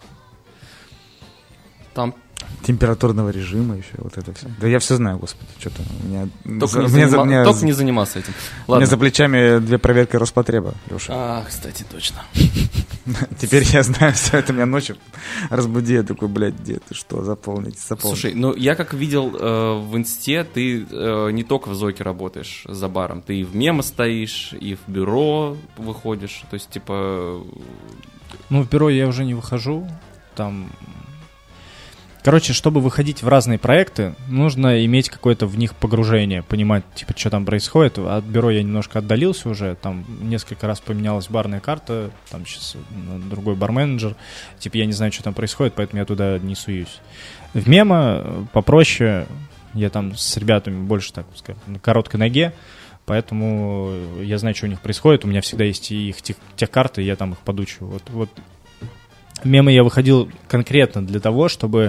Там температурного режима еще, вот это все. Да я все знаю, господи, что-то у меня... Только, за, не, мне, занима... мне, Только не заниматься этим. У меня за плечами две проверки Роспотреба, Леша. А, кстати, точно. Теперь я знаю все это, меня ночью разбуди, я такой, блядь, где ты, что, заполнить, заполнить. Слушай, ну я как видел э, в инсте, ты э, не только в Зойке работаешь за баром, ты и в мемо стоишь, и в бюро выходишь, то есть, типа... Ну, в бюро я уже не выхожу, там... Короче, чтобы выходить в разные проекты, нужно иметь какое-то в них погружение, понимать, типа, что там происходит. От бюро я немножко отдалился уже, там несколько раз поменялась барная карта, там сейчас другой барменеджер, типа, я не знаю, что там происходит, поэтому я туда не суюсь. В мемо попроще, я там с ребятами больше, так сказать, на короткой ноге, поэтому я знаю, что у них происходит, у меня всегда есть и их тех, тех карты, я там их подучу. Вот, вот В мемы я выходил конкретно для того, чтобы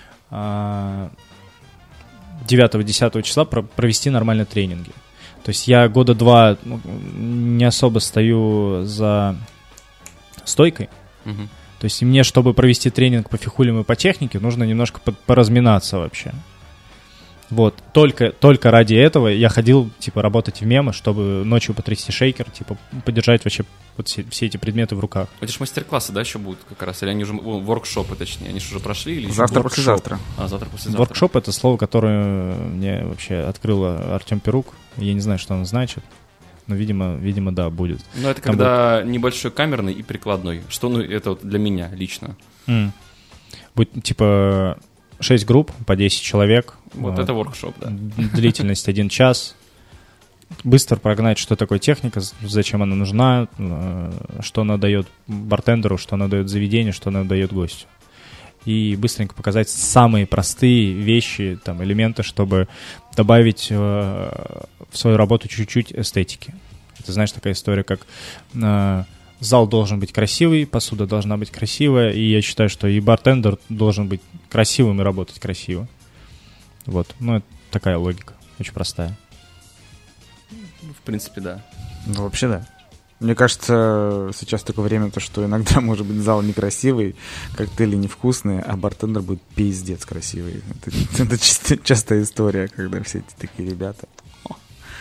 девятого-десятого числа провести нормальные тренинги. То есть я года два не особо стою за стойкой. Мгм. То есть мне, чтобы провести тренинг по фихулям и по технике, нужно немножко по- поразминаться вообще. Вот. Только, только ради этого я ходил, типа, работать в мемы, чтобы ночью потрясти шейкер, типа, подержать вообще вот все, все эти предметы в руках. Это же мастер-классы, да, еще будут как раз? Или они уже, о, воркшопы, точнее, они же уже прошли? Или еще Завтра, воркшоп? послезавтра. А, завтра, послезавтра. Воркшоп — это слово, которое мне вообще открыл Артем Перук. Я не знаю, что оно значит, но, видимо, видимо, да, будет. Ну, это Там когда небольшой камерный и прикладной. Что, ну, это вот для меня лично. М. Будет, типа, шесть групп по десять человек. Вот А, это воркшоп, да. Длительность один час. Быстро прогнать, что такое техника, з- зачем она нужна, э, что она дает бартендеру, что она дает заведению, что она дает гостю. И быстренько показать самые простые вещи, там, элементы, чтобы добавить э, в свою работу чуть-чуть эстетики. Это, знаешь, такая история, как э, зал должен быть красивый, посуда должна быть красивая, и я считаю, что и бартендер должен быть красивым и работать красиво. Вот, ну, это такая логика, очень простая. В принципе, да. Ну, вообще, да. Мне кажется, сейчас такое время, то, что иногда, может быть, зал некрасивый, коктейли невкусные, а бартендер будет пиздец красивый. Это, это чисто- частая история, когда все эти такие ребята. О.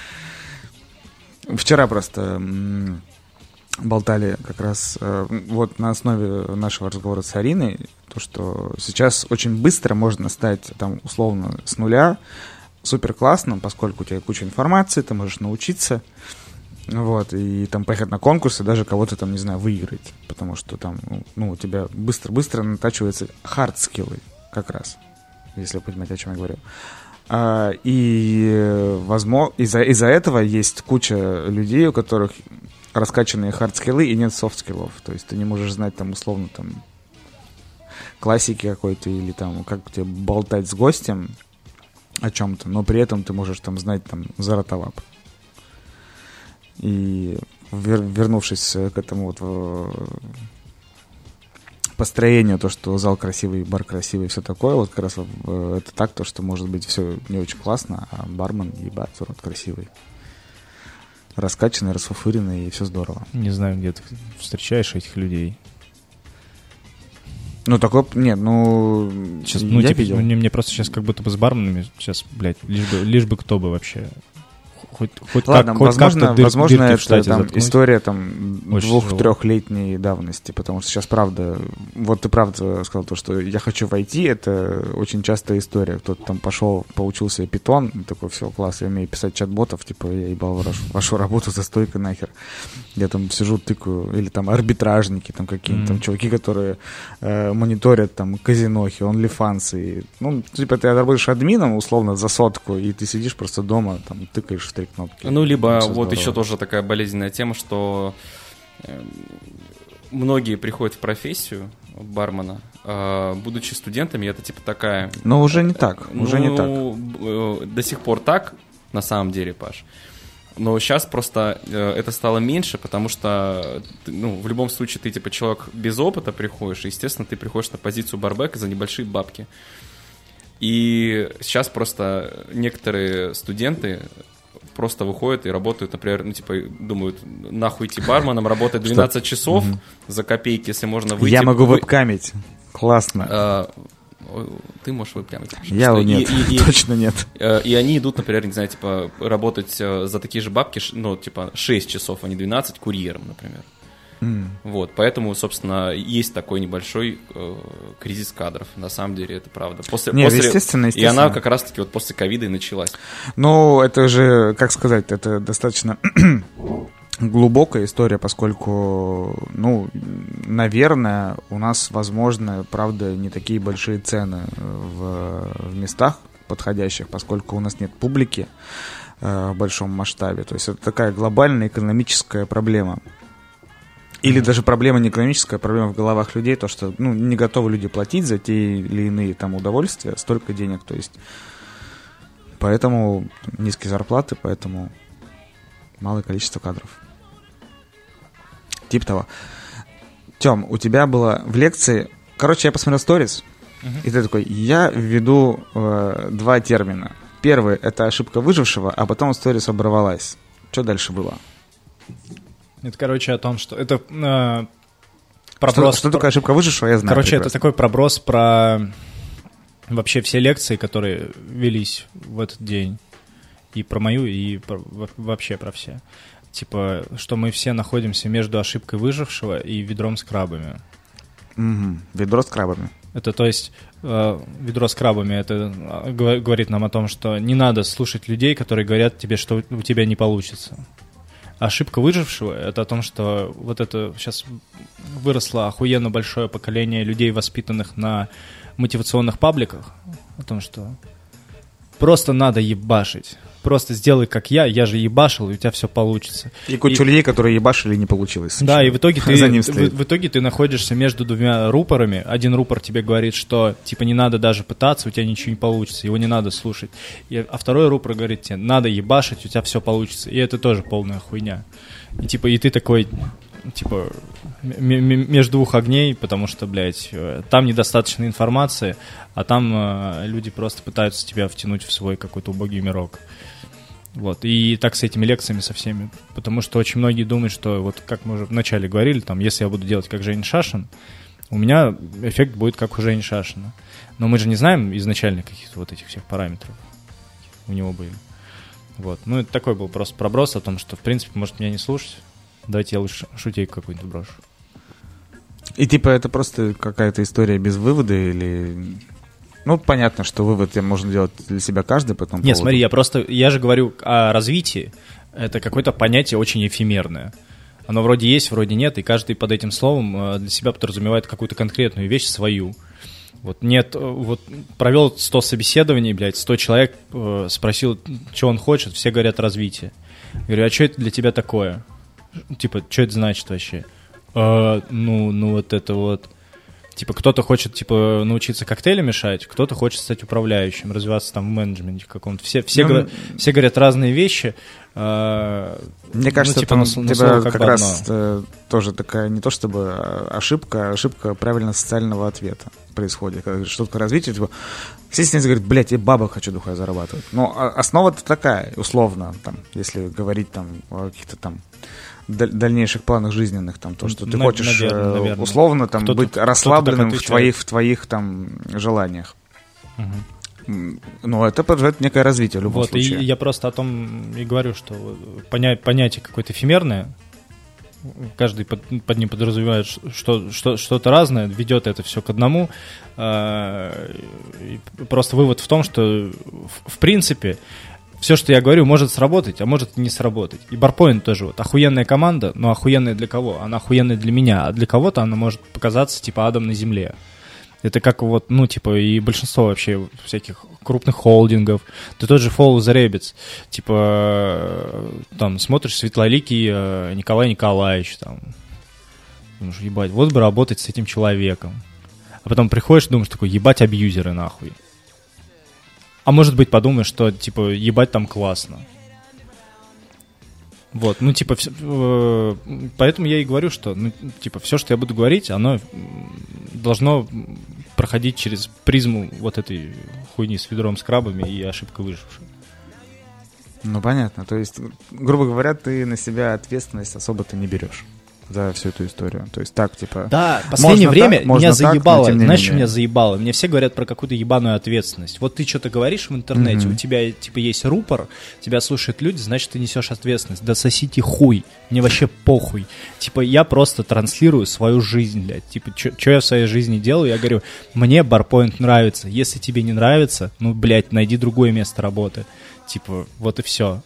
Вчера просто м, болтали как раз э, вот на основе нашего разговора с Ариной, то, что сейчас очень быстро можно стать там условно с нуля супер классным, поскольку у тебя куча информации, ты можешь научиться, вот, и там поехать на конкурсы, даже кого-то там, не знаю, выиграть, потому что там, ну, у тебя быстро-быстро натачиваются хард-скиллы как раз, если вы понимаете, о чем я говорю. А, и, возможно, из-за, из-за этого есть куча людей, у которых раскачанные хард-скиллы и нет софт-скиллов, то есть ты не можешь знать там условно там классики какой-то или там как тебе болтать с гостем о чем-то, но при этом ты можешь там знать там Зараталап. И вер- вернувшись к этому вот э, построению, то, что зал красивый, бар красивый и все такое, вот как раз э, это так, то, что может быть все не очень классно, а бармен, ебать, рот красивый. Раскачанный, расфуфыренный, и все здорово. Не знаю, где ты встречаешь этих людей. Ну, такой, нет, ну, Сейчас, ну, я типа, видел. мне, мне просто сейчас как будто бы с барменами сейчас, блядь, лишь бы, лишь бы кто бы вообще. Хоть, хоть Ладно, как, хоть возможно, как-то дыр- возможно дырки в это штате там заткнуть. история там Очень двух-трехлетней давности, потому что сейчас правда, вот ты правда сказал то, что я хочу войти, это очень частая история. Кто-то там пошел, поучился Python, и такой, все, класс, я умею писать чат-ботов, типа я ебал вашу, вашу работу за стойкой нахер. Я там сижу, тыкаю, или там арбитражники, там какие-нибудь Mm. там чуваки, которые э, мониторят там казинохи, онлифансы, и, ну, типа ты работаешь админом условно за сотку, и ты сидишь просто дома, там тыкаешь в три кнопки. Ну, либо Всё вот здорово. еще тоже такая болезненная тема, что э, многие приходят в профессию бармена, э, будучи студентами, это типа такая... Но уже не так, уже не так. Ну, э, до сих пор так, на самом деле, Паш. Но сейчас просто э, это стало меньше, потому что, ты, ну, в любом случае ты, типа, человек без опыта приходишь, и, естественно, ты приходишь на позицию барбека за небольшие бабки. И сейчас просто некоторые студенты просто выходят и работают, например, ну, типа, думают, нахуй идти барменом, работать двенадцать часов за копейки, если можно выйти... Я могу вы- вебкамить. Классно. Э, ой, ты можешь вебкамить. Я Что- нет, и- и- и- точно нет. Э, И они идут, например, не знаю, типа, работать э, за такие же бабки, ш- ну, типа, шесть часов, а не двенадцать, курьером, например. М. Вот, поэтому, собственно, есть такой небольшой э, кризис кадров. На самом деле, это правда. После, Не, после- естественно, И естественно. она как раз-таки вот после ковида и началась. Ну, это же, как сказать, это достаточно глубокая история, поскольку, ну, наверное, у нас, возможно, правда, не такие большие цены в, в местах подходящих, поскольку у нас нет публики э, в большом масштабе. То есть это такая глобальная экономическая проблема. Или даже проблема не экономическая, а проблема в головах людей, то, что, ну, не готовы люди платить за те или иные там удовольствия, столько денег, то есть поэтому низкие зарплаты, поэтому малое количество кадров. Типа того. Артем, у тебя было в лекции... Короче, я посмотрел сторис, uh-huh. и ты такой, я введу э, два термина. Первый — это ошибка выжившего, а потом сторис оборвалась. Что дальше было? Это, короче, о том, что... Это э, проброс... Что, что такое ошибка выжившего, я знаю. Короче, прекрасно. это такой проброс про вообще все лекции, которые велись в этот день. И про мою, и про, вообще про все. Типа, что мы все находимся между ошибкой выжившего и ведром с крабами. Угу. Ведро с крабами. Это, то есть, э, ведро с крабами, это говорит нам о том, что не надо слушать людей, которые говорят тебе, что у тебя не получится. Ошибка выжившего — это о том, что вот это сейчас выросло охуенно большое поколение людей, воспитанных на мотивационных пабликах, о том, что просто надо ебашить. Просто сделай, как я, я же ебашил, и у тебя все получится. И кучу и... людей, которые ебашили, не получилось. Да, и в итоге, ты, За ним в, в итоге ты находишься между двумя рупорами. Один рупор тебе говорит, что типа не надо даже пытаться, у тебя ничего не получится, его не надо слушать. И, а второй рупор говорит тебе, надо ебашить, у тебя все получится. И это тоже полная хуйня. И типа, и ты такой, типа, м- м- между двух огней, потому что, блядь, там недостаточно информации, а там э, люди просто пытаются тебя втянуть в свой какой-то убогий мирок. Вот, и так с этими лекциями со всеми, потому что очень многие думают, что вот как мы уже вначале говорили, там, если я буду делать как Женя Шашин, у меня эффект будет как у Жени Шашина. Но мы же не знаем изначально каких-то вот этих всех параметров у него были. Вот, ну это такой был просто проброс о том, что в принципе может меня не слушать, давайте я лучше шутейку какую-нибудь брошу. И типа это просто какая-то история без вывода или... Ну, понятно, что вывод можно делать для себя каждый по этому Нет, поводу. смотри, я просто, я же говорю о развитии, это какое-то понятие очень эфемерное. Оно вроде есть, вроде нет, и каждый под этим словом для себя подразумевает какую-то конкретную вещь свою. Вот нет, вот провел сто собеседований, блядь, сто человек э, спросил, что он хочет, все говорят развитие. Я говорю, а что это для тебя такое? Типа, что это значит вообще? А, ну, ну вот это вот... Типа, кто-то хочет, типа, научиться коктейли мешать, кто-то хочет стать управляющим, развиваться там в менеджменте каком-то. Все, все, ну, говорят, все говорят разные вещи. Э, мне кажется, ну, типа, там на, у на тебя как, как раз э, тоже такая, не то чтобы ошибка, а ошибка правильно социального ответа происходит. Когда что-то такое развитие, типа, все снизу говорят, блядь, я бабок хочу духой зарабатывать. Но основа-то такая, условно, там, если говорить там о каких-то там дальнейших планах жизненных, там, то, что ты на, хочешь наверное, наверное. условно там, кто-то, быть расслабленным в твоих, в твоих там желаниях. Угу. Ну, это подразумевает некое развитие в любом вот, случае. И я просто о том и говорю, что поня- понятие какое-то эфемерное, каждый под, под ним подразумевает что, что, что-то разное, ведет это все к одному. И просто вывод в том, что в, в принципе все, что я говорю, может сработать, а может не сработать. И Барпоинт тоже вот охуенная команда, но охуенная для кого? Она охуенная для меня, а для кого-то она может показаться типа адом на земле. Это как вот, ну, типа, и большинство вообще всяких крупных холдингов. Ты тот же Follow the Rabbits. Типа, там, смотришь, светлоликий Николай Николаевич, там. Думаешь, ебать, вот бы работать с этим человеком. А потом приходишь и думаешь, такой, ебать абьюзеры, нахуй. А может быть, подумаешь, что, типа, ебать там классно. Вот, ну, типа, э, поэтому я и говорю, что, ну, типа, все, что я буду говорить, оно должно проходить через призму вот этой хуйни с ведром с крабами и ошибкой выжившей. Ну, понятно. То есть, грубо говоря, ты на себя ответственность особо-то не берешь за всю эту историю. То есть так, типа... Да, в последнее время так, меня заебало. Так, знаешь, что меня заебало? Мне все говорят про какую-то ебаную ответственность. Вот ты что-то говоришь в интернете, mm-hmm. у тебя, типа, есть рупор, тебя слушают люди, значит, ты несешь ответственность. Да сосите хуй. Мне вообще похуй. Типа, я просто транслирую свою жизнь, блядь. Типа, что я в своей жизни делаю? Я говорю, мне Барпоинт нравится. Если тебе не нравится, ну, блядь, найди другое место работы. Типа, вот и все.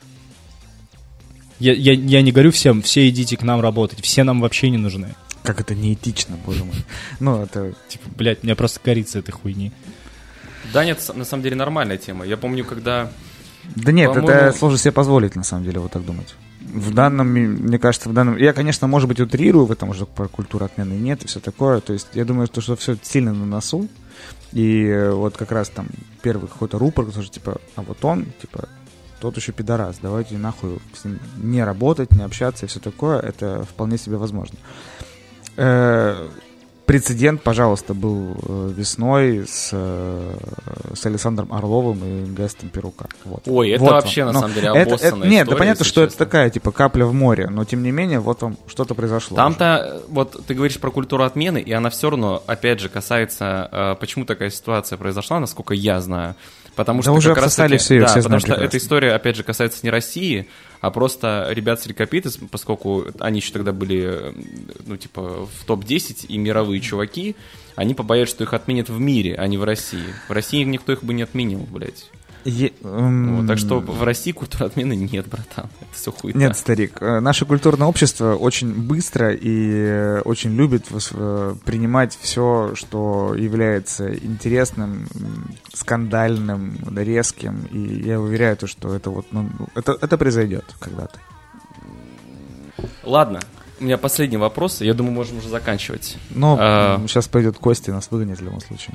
Я, я, я не говорю всем, все идите к нам работать, все нам вообще не нужны. Как это неэтично, боже мой. Ну, это... Типа, блядь, меня просто горит с этой хуйни. Да нет, на самом деле нормальная тема. Я помню, когда... Да нет, по-моему... это сложно себе позволить, на самом деле, вот так думать. В данном, мне кажется, в данном... Я, конечно, может быть, утрирую в этом, уже про культуру отмены нет и все такое. То есть я думаю, что, что все сильно на носу. И вот как раз там первый какой-то рупор, который типа, а вот он, типа... тот еще пидорас, давайте нахуй с ним не работать, не общаться и все такое, это вполне себе возможно. Э, Прецедент, пожалуйста, был э, весной с, э, с Александром Орловым и Гастом Перука. Вот. Ой, это вот вообще, вам. на Но самом деле, это, обоссанная это, Нет, история, да понятно, если что честно. это такая, типа, капля в море, но, тем не менее, вот вам что-то произошло. Там-то, вот ты говоришь про культуру отмены, и она все равно, опять же, касается, э, почему такая ситуация произошла, насколько я знаю. Потому Да что уже как раз обсосали таки, все, да, все потому знают что прекрасно. эта история, опять же, касается не России, а просто ребят с Рикопиты, поскольку они еще тогда были, ну, типа, в топ десять, и мировые чуваки, они побоялись, что их отменят в мире, а не в России. В России никто их бы не отменил, блядь. Е- эм, Вот, так что в России культуры отмены нет, братан. Это все хуйня. Нет, старик, э, наше культурное общество очень быстро и э, очень любит вос- э, принимать все, что является интересным, м, скандальным, резким. И я уверяю, то, что это вот, ну, это, это произойдет когда-то. Ладно, у меня последний вопрос, я думаю, можем уже заканчивать. Но А. м, сейчас пойдет Костя, нас выгонит в любом случае.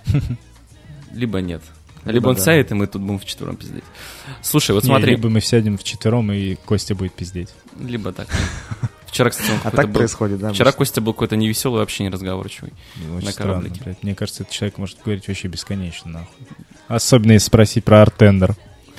Либо нет. Либо Либо он да. сядет, и мы тут будем вчетвером пиздеть. Слушай, вот Не, смотри. либо мы сядем вчетвером, и Костя будет пиздеть. Либо так. Вчера, кстати, он А какой-то так был... происходит, да? Вчера обычно? Костя был какой-то невеселый, вообще неразговорчивый. Очень На странно, кораблике. блядь. Мне кажется, этот человек может говорить вообще бесконечно, нахуй. Особенно если спросить про артендер.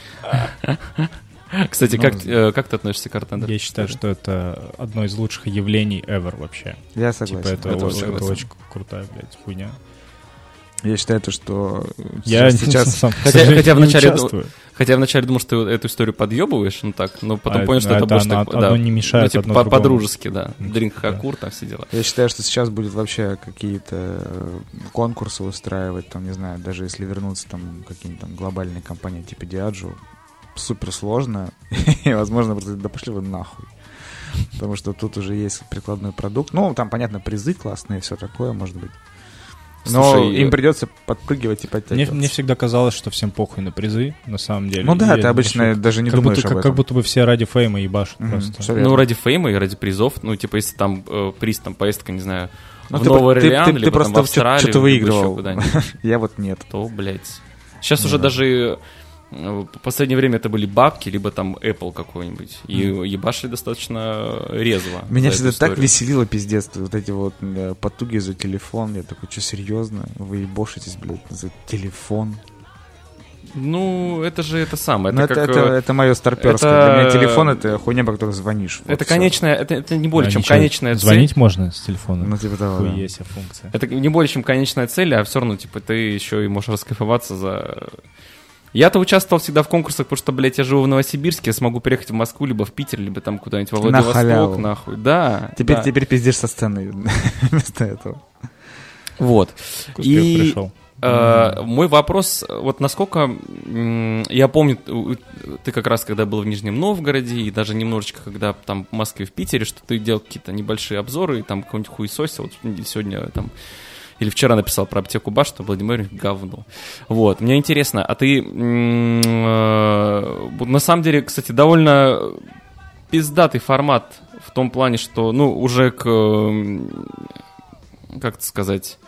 Кстати, Ну, как, э, как ты относишься к артендеру? Я считаю, что это одно из лучших явлений ever вообще. Я Типа согласен. это, Я о- тоже это согласен. очень крутая, блядь, хуйня. Я считаю, то, что Я сейчас... сам, к Хотя- сожалению, хотя не вначале- участвую. Хотя я вначале думал, что ты эту историю подъебываешь, ну так, но потом А понял, это- что это, это больше оно- так, одно да, не мешает ну, типа, одно по- другому. по-дружески, да. Ну, Дринк да. хакур, там все дела. Я считаю, что сейчас будет вообще какие-то э, конкурсы устраивать, там, не знаю, даже если вернуться там к каким-то там глобальные компании типа Diageo, супер сложно, и, возможно, просто да пошли вы нахуй. Потому что тут уже есть прикладной продукт. Ну, там, понятно, призы классные, все такое, может быть. Но Слушай, им придется подпрыгивать и Мне, подтягиваться. мне всегда казалось, что всем похуй на призы, на самом деле. Ну И да, я ты думаю, обычно что даже не как думаешь будто, об как, этом. как будто бы все ради фейма ебашут Мгм, просто. всё верно. Ну, ради фейма и ради призов, ну, типа, если там э, приз, там, поездка, не знаю, Ну, в ты- Новый ты- ты- Орлеан, ты либо там в просто чё- Австралию, чё-то либо еще выигрывал. куда-нибудь, Я вот нет. то, блядь. Сейчас уже Да. даже э, в последнее время это были бабки, либо там Apple какой-нибудь. И ебашили достаточно резво. Меня за всегда эту так историю. веселило, пиздец, вот эти вот э, потуги за телефон. Я такой, что, серьезно? Вы ебошитесь, блядь, за телефон? Ну, это же это самое. Ну, Это, это, как, это, э, это мое старперское. это- Для меня телефон — это хуйня, по которой звонишь. Вот это всё. конечная, это, это не более А чем ничего, конечная цель. Звонить можно с телефона? Ну, типа того, да. Хуя себе функция. Это не более чем конечная цель, а все равно, типа, ты еще и можешь раскайфоваться за... Я-то участвовал всегда в конкурсах, потому что, блядь, я живу в Новосибирске, я смогу приехать в Москву, либо в Питер, либо там куда-нибудь во На Владивосток, халяву. нахуй. Да. Теперь, да. теперь пиздишь со сцены вместо этого. Вот. К успеху И пришел. э, мой вопрос, вот насколько, м, я помню, у- ты как раз когда был в Нижнем Новгороде, и даже немножечко, когда там в Москве, в Питере, что ты делал какие-то небольшие обзоры, и там какой-нибудь хуесосил, вот сегодня там... Или вчера написал про аптеку Баш, что Владимир говно. Вот, мне интересно, а ты м, э, вот на самом деле, кстати, довольно пиздатый формат в том плане, что, ну, уже к, м, как это сказать,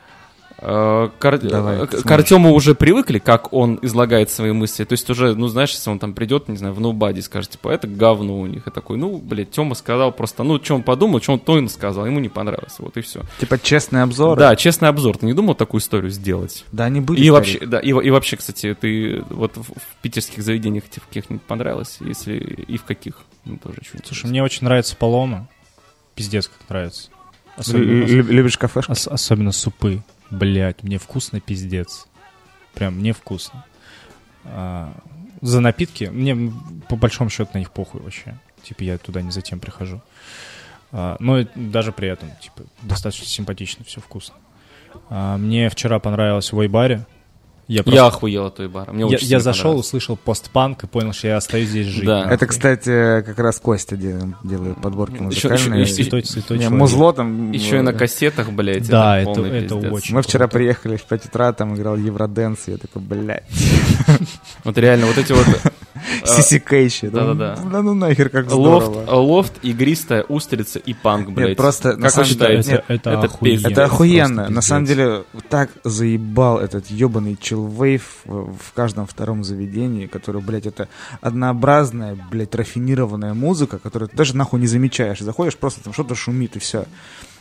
э, к, Ар- Давай, э, ты к сможешь. Артему уже привыкли, как он излагает свои мысли. То есть уже, ну, знаешь, если он там придет, не знаю, в ноубаде, скажет, типа, это говно у них. И такой, ну, блядь, Тёма сказал просто, ну, что он подумал, что он то и сказал, ему не понравилось, вот и все. Типа честный обзор. Да, честный обзор. Ты не думал такую историю сделать? Да, они были. И старик. вообще, да, и, во- и вообще, кстати, ты вот в, в питерских заведениях тебе в каких-нибудь понравилось? Если и в каких? Ну, тоже очень Слушай, интересно. мне очень нравится полома. Пиздец, как нравится. Лю- Особенно, лю- Любишь кафешку? ос- особенно супы. Блять, мне вкусно пиздец. Прям мне вкусно. А, за напитки, мне м, по большому счету на них похуй вообще. Типа я туда не затем прихожу. А, но и даже при этом, типа, достаточно симпатично, все вкусно. А, мне вчера понравилось в Ойбаре. Я, Я просто- охуел от той бара. Мне я, очень я сильно зашел, понравилось. услышал постпанк и понял, что я остаюсь здесь жить. Да. нахуй. Это, кстати, как раз Костя дел- делает подборки Еще- музыкальные. еще- Святой, святой Не, человек. музло там... Еще и э, на кассетах, блядь. Да, это- полный это пиздец. очень- Мы вчера круто. приехали в пять утра, там играл Евроденс, и я такой, блядь, Вот реально, вот эти вот... э, Сиси Кейши. да-да-да. Да ну нахер, как Лофт, здорово. лофт, игристая, устрица и панк, блядь. просто, на как самом вы считаете? деле, это, это, это охуенно. пиздец. Это охуенно. Просто На самом пиздец. деле, так заебал этот ебаный чиллвейв в, в каждом втором заведении, который, блядь, это однообразная, блядь, рафинированная музыка, которую ты даже нахуй не замечаешь. Заходишь, просто там что-то шумит, и все.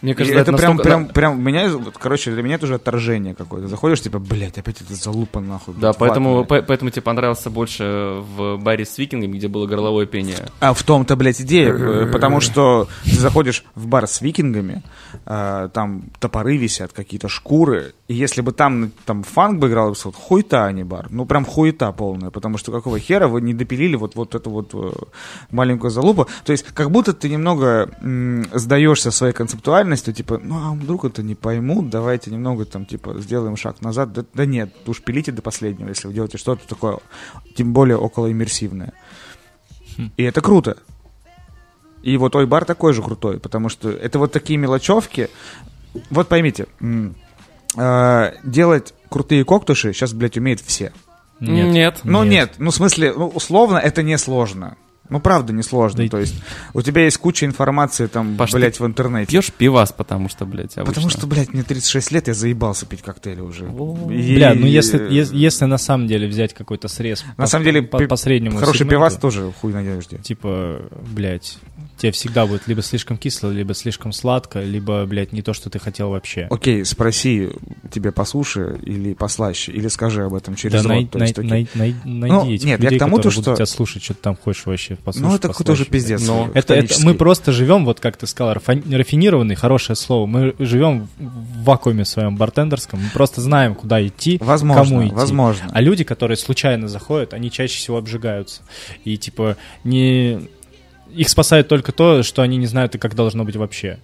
Мне И кажется, это это прям, настолько- прям, прям, меня, вот, короче, для меня это уже отторжение какое-то. Заходишь, типа, блядь, опять это залупа нахуй. Да, блядь, поэтому, ватная. по- поэтому тебе понравился больше в баре с викингами, где было горловое пение. А в том-то, блядь, идея, э, потому что ты заходишь в бар с викингами, э, там топоры висят, какие-то шкуры, и если бы там, там фанк бы играл, вот, хуета, а не бар, ну прям хуета полная, потому что какого хера вы не допилили вот, вот эту вот э, маленькую залупу, то есть как будто ты немного м, сдаешься своей концептуальностью, типа, ну а вдруг это не поймут, давайте немного там, типа, сделаем шаг назад, да, да нет, уж пилите до последнего, если вы делаете что-то такое, тем более околоиммерсивное. И это круто. И вот Ой бар такой же крутой, потому что это вот такие мелочевки. Вот поймите, м, э, делать крутые коктуши сейчас, блядь, умеют все. Нет. Нет. Ну Нет. нет, ну в смысле, ну условно это не сложно. Ну правда не сложно, Да и- то есть у тебя есть куча информации там, Паш, блядь, в интернете. Пьешь пивас, потому что, блядь, обычно. Потому что, блядь, мне тридцать шесть лет, я заебался пить коктейли уже. О. И- Бля, ну если, е- если на самом деле взять какой-то срез На по, самом деле, по, пи- по среднему хороший сегменту, пивас тоже хуй на одежде. типа, блядь, тебе всегда будет либо слишком кисло, либо слишком сладко, либо, блядь, не то, что ты хотел вообще. Окей, спроси тебе посуше или послаще, или скажи об этом через Да рот. най- то есть, най- окей. най- най- найди Ну, этих нет, я людей, к тому, то, которые будут что- тебя слушать, что ты там хочешь вообще послушать. Ну, это послушать, тоже блядь. пиздец. Но Это, это хронический. мы просто живем, вот как ты сказал, рафи- рафинированный, хорошее слово. Мы живем в вакууме своем бартендерском. Мы просто знаем, куда идти, Возможно, кому идти. возможно. А люди, которые случайно заходят, они чаще всего обжигаются. И типа не их спасает только то, что они не знают, и как должно быть вообще.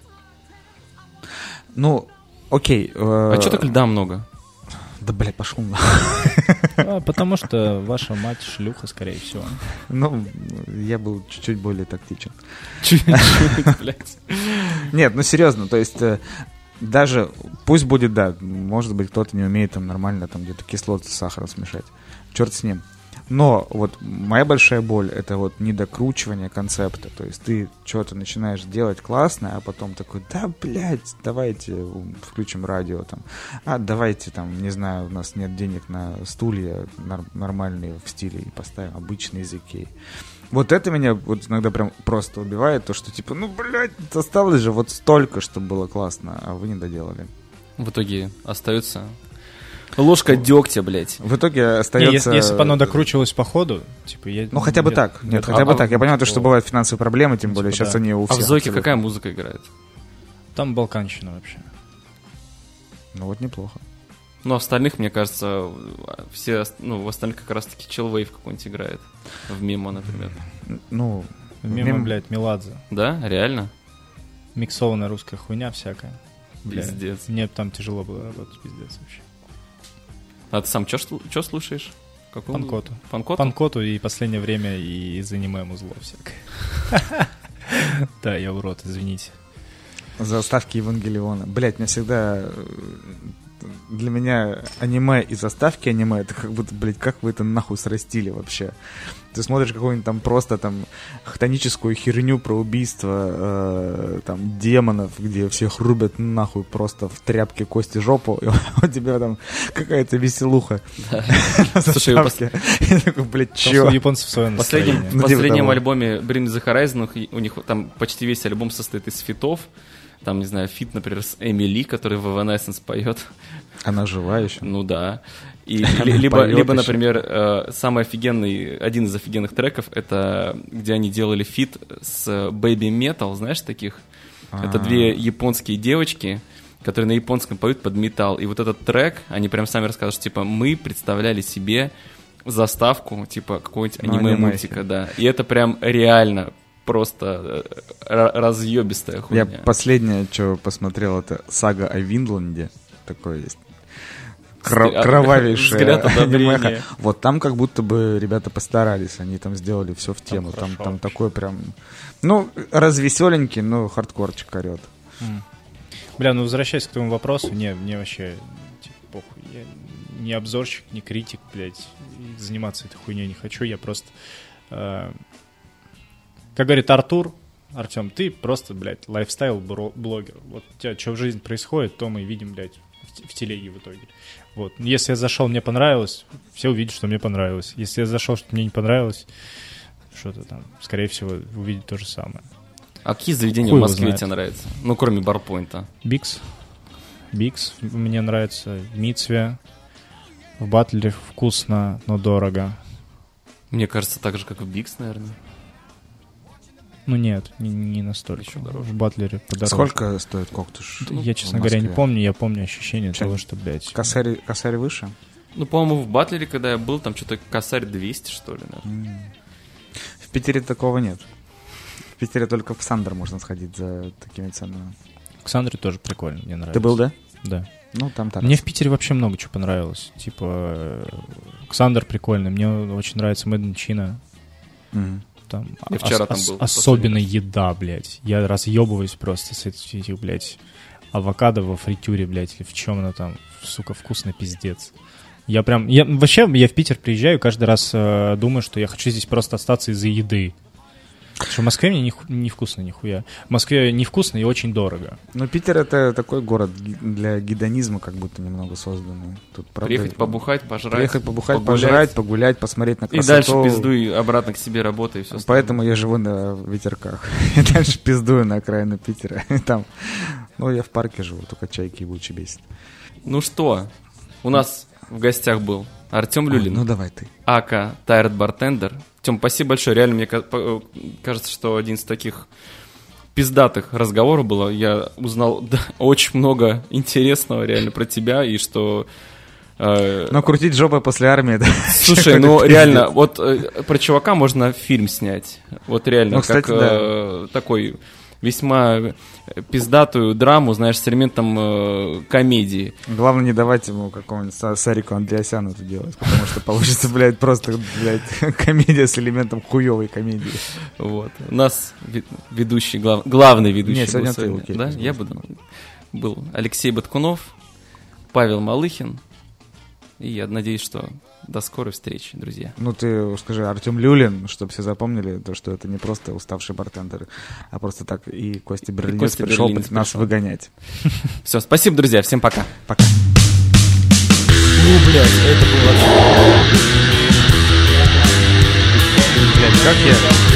Ну, окей. э, А что так льда много? Да, блядь, пошел на. А, потому что ваша мать шлюха, скорее всего. Ну, я был чуть-чуть более тактичен. Чуть-чуть, блядь. Нет, ну серьезно, то есть э, даже, пусть будет, да, может быть, кто-то не умеет там нормально там где-то кислоты с сахаром смешать. Черт с ним. Но вот моя большая боль — это вот недокручивание концепта. То есть ты что-то начинаешь делать классно, а потом такой, да, блядь, давайте включим радио там. А давайте там, не знаю, у нас нет денег на стулья нар- нормальные в стиле, и поставим обычные языки. Вот это меня вот иногда прям просто убивает, то, что типа, ну, блядь, осталось же вот столько, чтобы было классно, а вы не доделали. В итоге остается ложка дегтя, блядь. В итоге Не, остается... если, если бы оно докручивалось по ходу, типа я... Ну, хотя бы я- так. Нет, я- хотя а- бы а- так. Я понимаю, то, что о. бывают финансовые проблемы, тем Ну, более типа, сейчас да. они у А всех. в Зойке абсолютно. какая музыка играет? Там балканщина вообще. Ну, вот неплохо. Ну, остальных, мне кажется, все, ну, в остальных как раз-таки Chillwave какой-нибудь играет. В Мимо, например. Ну, Мимо, Мимо- блядь, Меладзе. Да? Реально? Миксованная русская хуйня всякая. Бля, Пиздец. Мне там тяжело было работать, пиздец вообще. А ты сам что слушаешь? Какую? Панкоту. Панкоту? Панкоту и последнее время и из аниме музло всякое. Да, я урод, извините. заставки Евангелиона. Блять, мне всегда... э, Для меня аниме и заставки аниме, это как будто, блядь, как вы это нахуй срастили вообще? Ты смотришь какую-нибудь там просто там хтоническую херню про убийство э, там демонов, где всех рубят нахуй просто в тряпке кости жопу, и у тебя там какая-то веселуха на Слушай, заставке. Я такой, блядь, Просто чё? у японцев свое В последнем, настроение. в Ну, типа последнем того. альбоме Bring the Horizon у них- у них там почти весь альбом состоит из фитов. Там, не знаю, фит, например, с Эмили, который в Evanescence поет. Она жива еще? Ну да. И, Она ли- либо, поет либо еще. например, э, самый офигенный, один из офигенных треков, это где они делали фит с Baby Metal, знаешь таких? Это А. две японские девочки, которые на японском поют под металл. И вот этот трек, они прям сами рассказывают, что типа мы представляли себе заставку, типа какого-нибудь Ну, аниме-мультика, анимехи. да. И это прям реально просто э, ра- разъебистая хуйня. Я последнее, что посмотрел, это сага о Винланде. Такое есть. Кро- Взгляд- кровавейшее взгляд одобрения. анимеха. Вот там как будто бы ребята постарались. Они там сделали все в тему. Там, хорошо там вообще. такой прям... Ну, развеселенький, но хардкорчик орет. М. Бля, ну возвращаясь к твоему вопросу, не, мне вообще типа, похуй. Я не обзорщик, не критик, блядь. И заниматься этой хуйней не хочу. Я просто... э, как говорит Артур, Артем, ты просто, блядь, лайфстайл-блогер. Вот у тебя что в жизни происходит, то мы видим, блядь, в, т- в телеге в итоге. Вот. Если я зашел, мне понравилось, все увидят, что мне понравилось. Если я зашел, что мне не понравилось, что-то там, скорее всего, увидят то же самое. А какие заведения Хуй в его Москве знает. тебе нравятся? Ну, кроме Барпойнта. Бикс. Бикс мне нравится. В Мицве. В Батлере вкусно, но дорого. Мне кажется, так же, как в Бикс, наверное. Ну нет, не, не настолько. Еще дороже. В Батлере подороже. Сколько стоит коктуш? Да я, честно в говоря, не Москве? помню. Я помню ощущение Чем? того, что, блядь... Косарь, косарь выше? Ну, по-моему, в Батлере, когда я был, там что-то косарь двести, что ли, наверное. В Питере такого нет. В Питере только в Сандер можно сходить за такими ценами. Ксандре тоже прикольно, мне нравится. Ты был, да? Да. Ну, там так. Мне в Питере вообще много чего понравилось. Типа, э, Ксандр прикольный. Мне очень нравится Мэдденчина. Мгм. Там Я вчера там ос- был, Особенно последний еда, блядь. Я разъебываюсь просто с этих, этих, блядь, авокадо во фритюре, блядь, или в чем оно там. Сука, вкусно пиздец. Я прям... Я, вообще, я в Питер приезжаю, каждый раз э, думаю, что я хочу здесь просто остаться из-за еды. Потому что в Москве мне не, ху- не вкусно нихуя. В Москве невкусно и очень дорого. Ну, Питер — это такой город ги- для гедонизма как будто немного созданный. Тут, правда, Приехать побухать, пожрать. Приехать побухать, погулять. пожрать, погулять, посмотреть на И красоту. дальше пиздуй обратно к себе работай и все. Поэтому я живу на ветерках. И дальше пиздую на окраину Питера. И там, ну, я в парке живу, только чайки и бучи бесит. Ну что, у нас в гостях был Артем Люлин, Ну, давай ты. ака Tired Bartender. Тем, спасибо большое. Реально, мне ка- по- кажется, что один из таких пиздатых разговоров было. Я узнал да, очень много интересного реально про тебя, и что... э, Но крутить жопой после армии, да. Слушай, ну реально, вот э, про чувака можно фильм снять. Вот реально, Ну, кстати, как э, такой весьма пиздатую драму, знаешь, с элементом э, комедии. Главное не давать ему какому-нибудь Са- Сарику Андреасяну это делать, потому что получится, блядь, просто, блядь, комедия с элементом хуевой комедии. Вот. У нас ве- ведущий, глав- главный ведущий Нет, сегодня был ты, сегодня. окей, Да, пожалуйста. я буду. Был Алексей Баткунов, Павел Малыхин. И я надеюсь, что до скорой встречи, друзья. Ну, ты скажи, Артем Люлин, чтобы все запомнили, то, что это не просто уставший бартендер, а просто так и Костя Берлинец Костя пришел Берлинец нас пришел. выгонять. Все, спасибо, друзья, всем пока. Пока. Ну, блядь, это было... Блядь, как я...